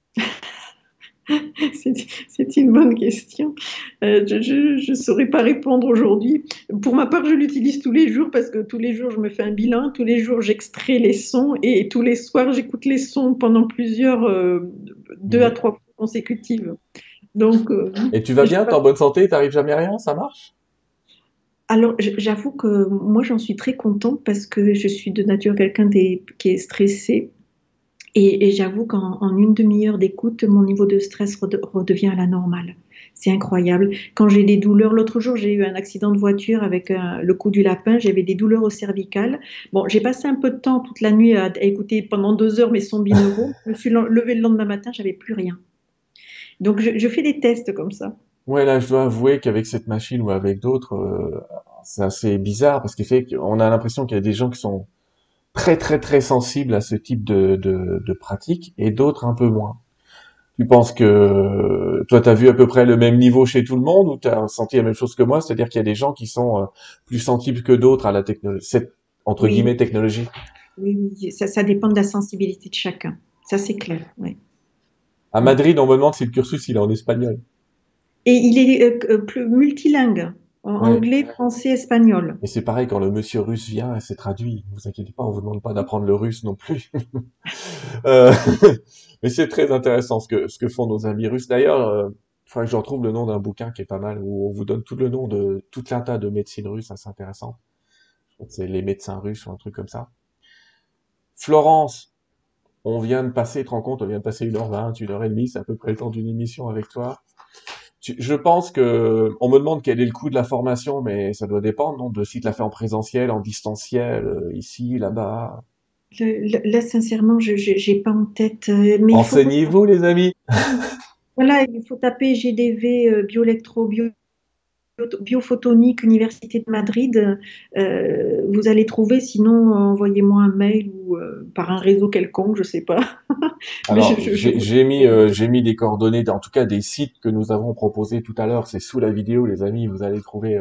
C'est une bonne question. Je ne saurais pas répondre aujourd'hui. Pour ma part, je l'utilise tous les jours parce que tous les jours, je me fais un bilan, tous les jours, j'extrais les sons et tous les soirs, j'écoute les sons pendant plusieurs, 2 à 3 fois consécutives. Donc, Et tu vas bien, t'es en bonne santé, t'arrives jamais à rien, ça marche? alors, j'avoue que moi, j'en suis très contente parce que je suis de nature quelqu'un qui est stressé. Et j'avoue qu'en une demi-heure d'écoute, mon niveau de stress redevient à la normale. C'est incroyable. Quand j'ai des douleurs, l'autre jour, j'ai eu un accident de voiture avec le coup du lapin. J'avais des douleurs au cervical. Bon, j'ai passé un peu de temps toute la nuit à écouter pendant 2 heures mes sons binauraux. Je me suis levée le lendemain matin, j'avais plus rien. Donc, je fais des tests comme ça. Ouais, là, je dois avouer qu'avec cette machine ou avec d'autres, c'est assez bizarre parce qu'on a l'impression qu'il y a des gens qui sont très très très sensibles à ce type de pratique et d'autres un peu moins. Tu penses que toi, tu as vu à peu près le même niveau chez tout le monde ou tu as senti la même chose que moi, c'est-à-dire qu'il y a des gens qui sont plus sensibles que d'autres à la technologie, cette entre Oui, guillemets technologie. oui, oui. Ça dépend de la sensibilité de chacun. Ça, c'est clair. Ouais. À Mm. Madrid, on me demande si le cursus il est en espagnol. Et il est plus multilingue, en Ouais. anglais, français, espagnol. Et c'est pareil quand le monsieur russe vient et c'est traduit. Ne vous inquiétez pas, on vous demande pas d'apprendre le russe non plus. Euh, mais c'est très intéressant ce que font nos amis russes. D'ailleurs, il faudrait que je retrouve le nom d'un bouquin qui est pas mal, où on vous donne tout le nom de tout un tas de médecine russe, assez intéressant. Je crois que c'est les médecins russes ou un truc comme ça. Florence, on vient de passer, tu te rends compte, on vient de passer 1h20, 1h30, c'est à peu près le temps d'une émission avec toi. Je pense que, on me demande quel est le coût de la formation, mais ça doit dépendre, non, de si tu l'as fait en présentiel, en distanciel, ici, là-bas. Là, sincèrement, je n'ai pas en tête, mais il faut, Enseignez-vous, les amis. voilà, il faut taper GDV biophotonique Université de Madrid. Vous allez trouver, sinon envoyez-moi un mail ou par un réseau quelconque, je sais pas. Mais Alors, je vous j'ai mis des coordonnées, en tout cas des sites que nous avons proposés tout à l'heure. C'est sous la vidéo, les amis. Vous allez trouver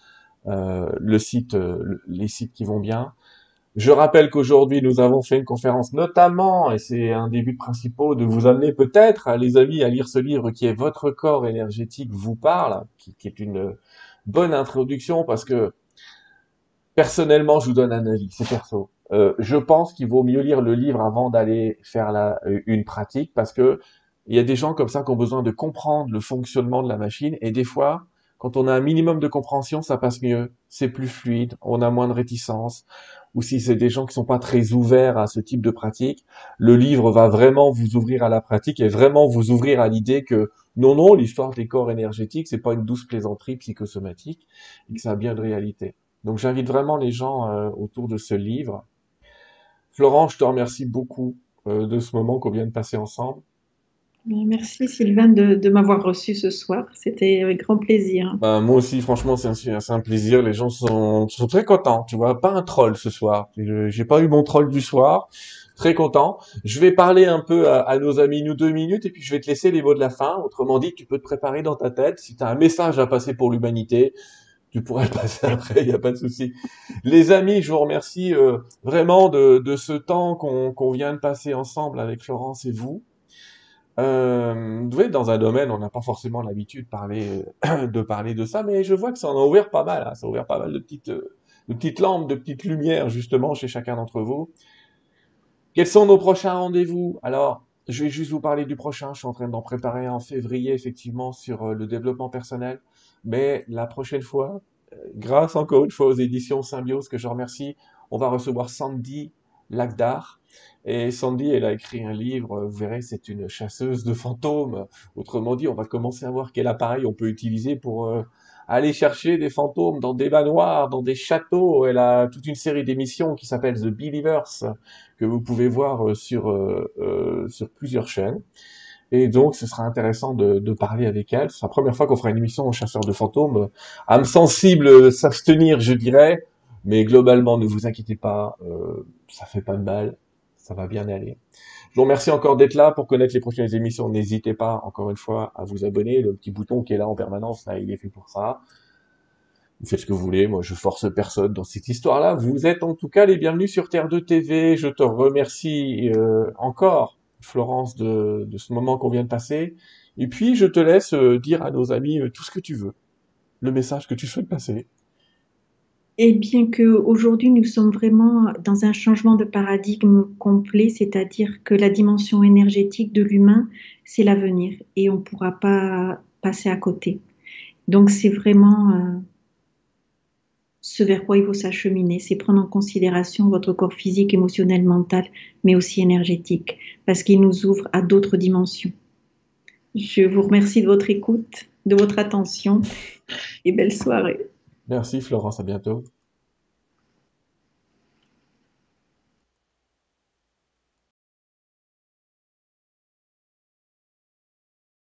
le site, les sites qui vont bien. Je rappelle qu'aujourd'hui, nous avons fait une conférence notamment, et c'est un des buts principaux, de vous amener peut-être, les amis, à lire ce livre qui est Votre corps énergétique vous parle, qui est une bonne introduction parce que personnellement, je vous donne un avis, c'est perso. Je pense qu'il vaut mieux lire le livre avant d'aller faire une pratique parce que il y a des gens comme ça qui ont besoin de comprendre le fonctionnement de la machine et des fois, quand on a un minimum de compréhension, ça passe mieux, c'est plus fluide, on a moins de réticence. Ou si c'est des gens qui sont pas très ouverts à ce type de pratique, le livre va vraiment vous ouvrir à la pratique et vraiment vous ouvrir à l'idée que non, non, l'histoire des corps énergétiques, c'est pas une douce plaisanterie psychosomatique et que ça a bien de réalité. Donc j'invite vraiment les gens autour de ce livre. Florent, je te remercie beaucoup de ce moment qu'on vient de passer ensemble. Merci Sylvain de m'avoir reçu ce soir. C'était avec grand plaisir. Ben, moi aussi, franchement, c'est un plaisir. Les gens sont très contents, tu vois. Pas un troll ce soir. J'ai pas eu mon troll du soir. Très content. Je vais parler un peu à nos amis, nous 2 minutes, et puis je vais te laisser les mots de la fin. Autrement dit, tu peux te préparer dans ta tête. Si tu as un message à passer pour l'humanité, tu pourrais le passer après, il n'y a pas de souci. Les amis, je vous remercie vraiment de ce temps qu'on vient de passer ensemble avec Florence et vous. Vous voyez, dans un domaine, on n'a pas forcément l'habitude de parler de ça, mais je vois que ça en a ouvert pas mal. Hein. Ça a ouvert pas mal de petites lampes, de petites lumières, justement, chez chacun d'entre vous. Quels sont nos prochains rendez-vous? Alors, je vais juste vous parler du prochain. Je suis en train d'en préparer un en février, effectivement, sur le développement personnel. Mais la prochaine fois, grâce encore une fois aux éditions Symbiose, que je remercie, on va recevoir Sandy Lagdar. Et Sandy, elle a écrit un livre, vous verrez, c'est une chasseuse de fantômes. Autrement dit, on va commencer à voir quel appareil on peut utiliser pour aller chercher des fantômes dans des manoirs, dans des châteaux. Elle a toute une série d'émissions qui s'appelle The Believers, que vous pouvez voir sur plusieurs chaînes. Et donc, ce sera intéressant de parler avec elle. C'est la première fois qu'on fera une émission aux chasseurs de fantômes. Âme sensible, s'abstenir, je dirais. Mais globalement, ne vous inquiétez pas, ça fait pas de mal. Ça va bien aller. Je vous remercie encore d'être là. Pour connaître les prochaines émissions, n'hésitez pas, encore une fois, à vous abonner. Le petit bouton qui est là en permanence, là, il est fait pour ça. Vous faites ce que vous voulez. Moi, je force personne dans cette histoire-là. Vous êtes en tout cas les bienvenus sur Terre 2 TV. Je te remercie encore, Florence, de ce moment qu'on vient de passer. Et puis, je te laisse dire à nos amis tout ce que tu veux, le message que tu souhaites passer. Et bien qu'aujourd'hui, nous sommes vraiment dans un changement de paradigme complet, c'est-à-dire que la dimension énergétique de l'humain, c'est l'avenir et on ne pourra pas passer à côté. Donc, c'est vraiment ce vers quoi il faut s'acheminer, c'est prendre en considération votre corps physique, émotionnel, mental, mais aussi énergétique, parce qu'il nous ouvre à d'autres dimensions. Je vous remercie de votre écoute, de votre attention et belle soirée. Merci Florence, à bientôt.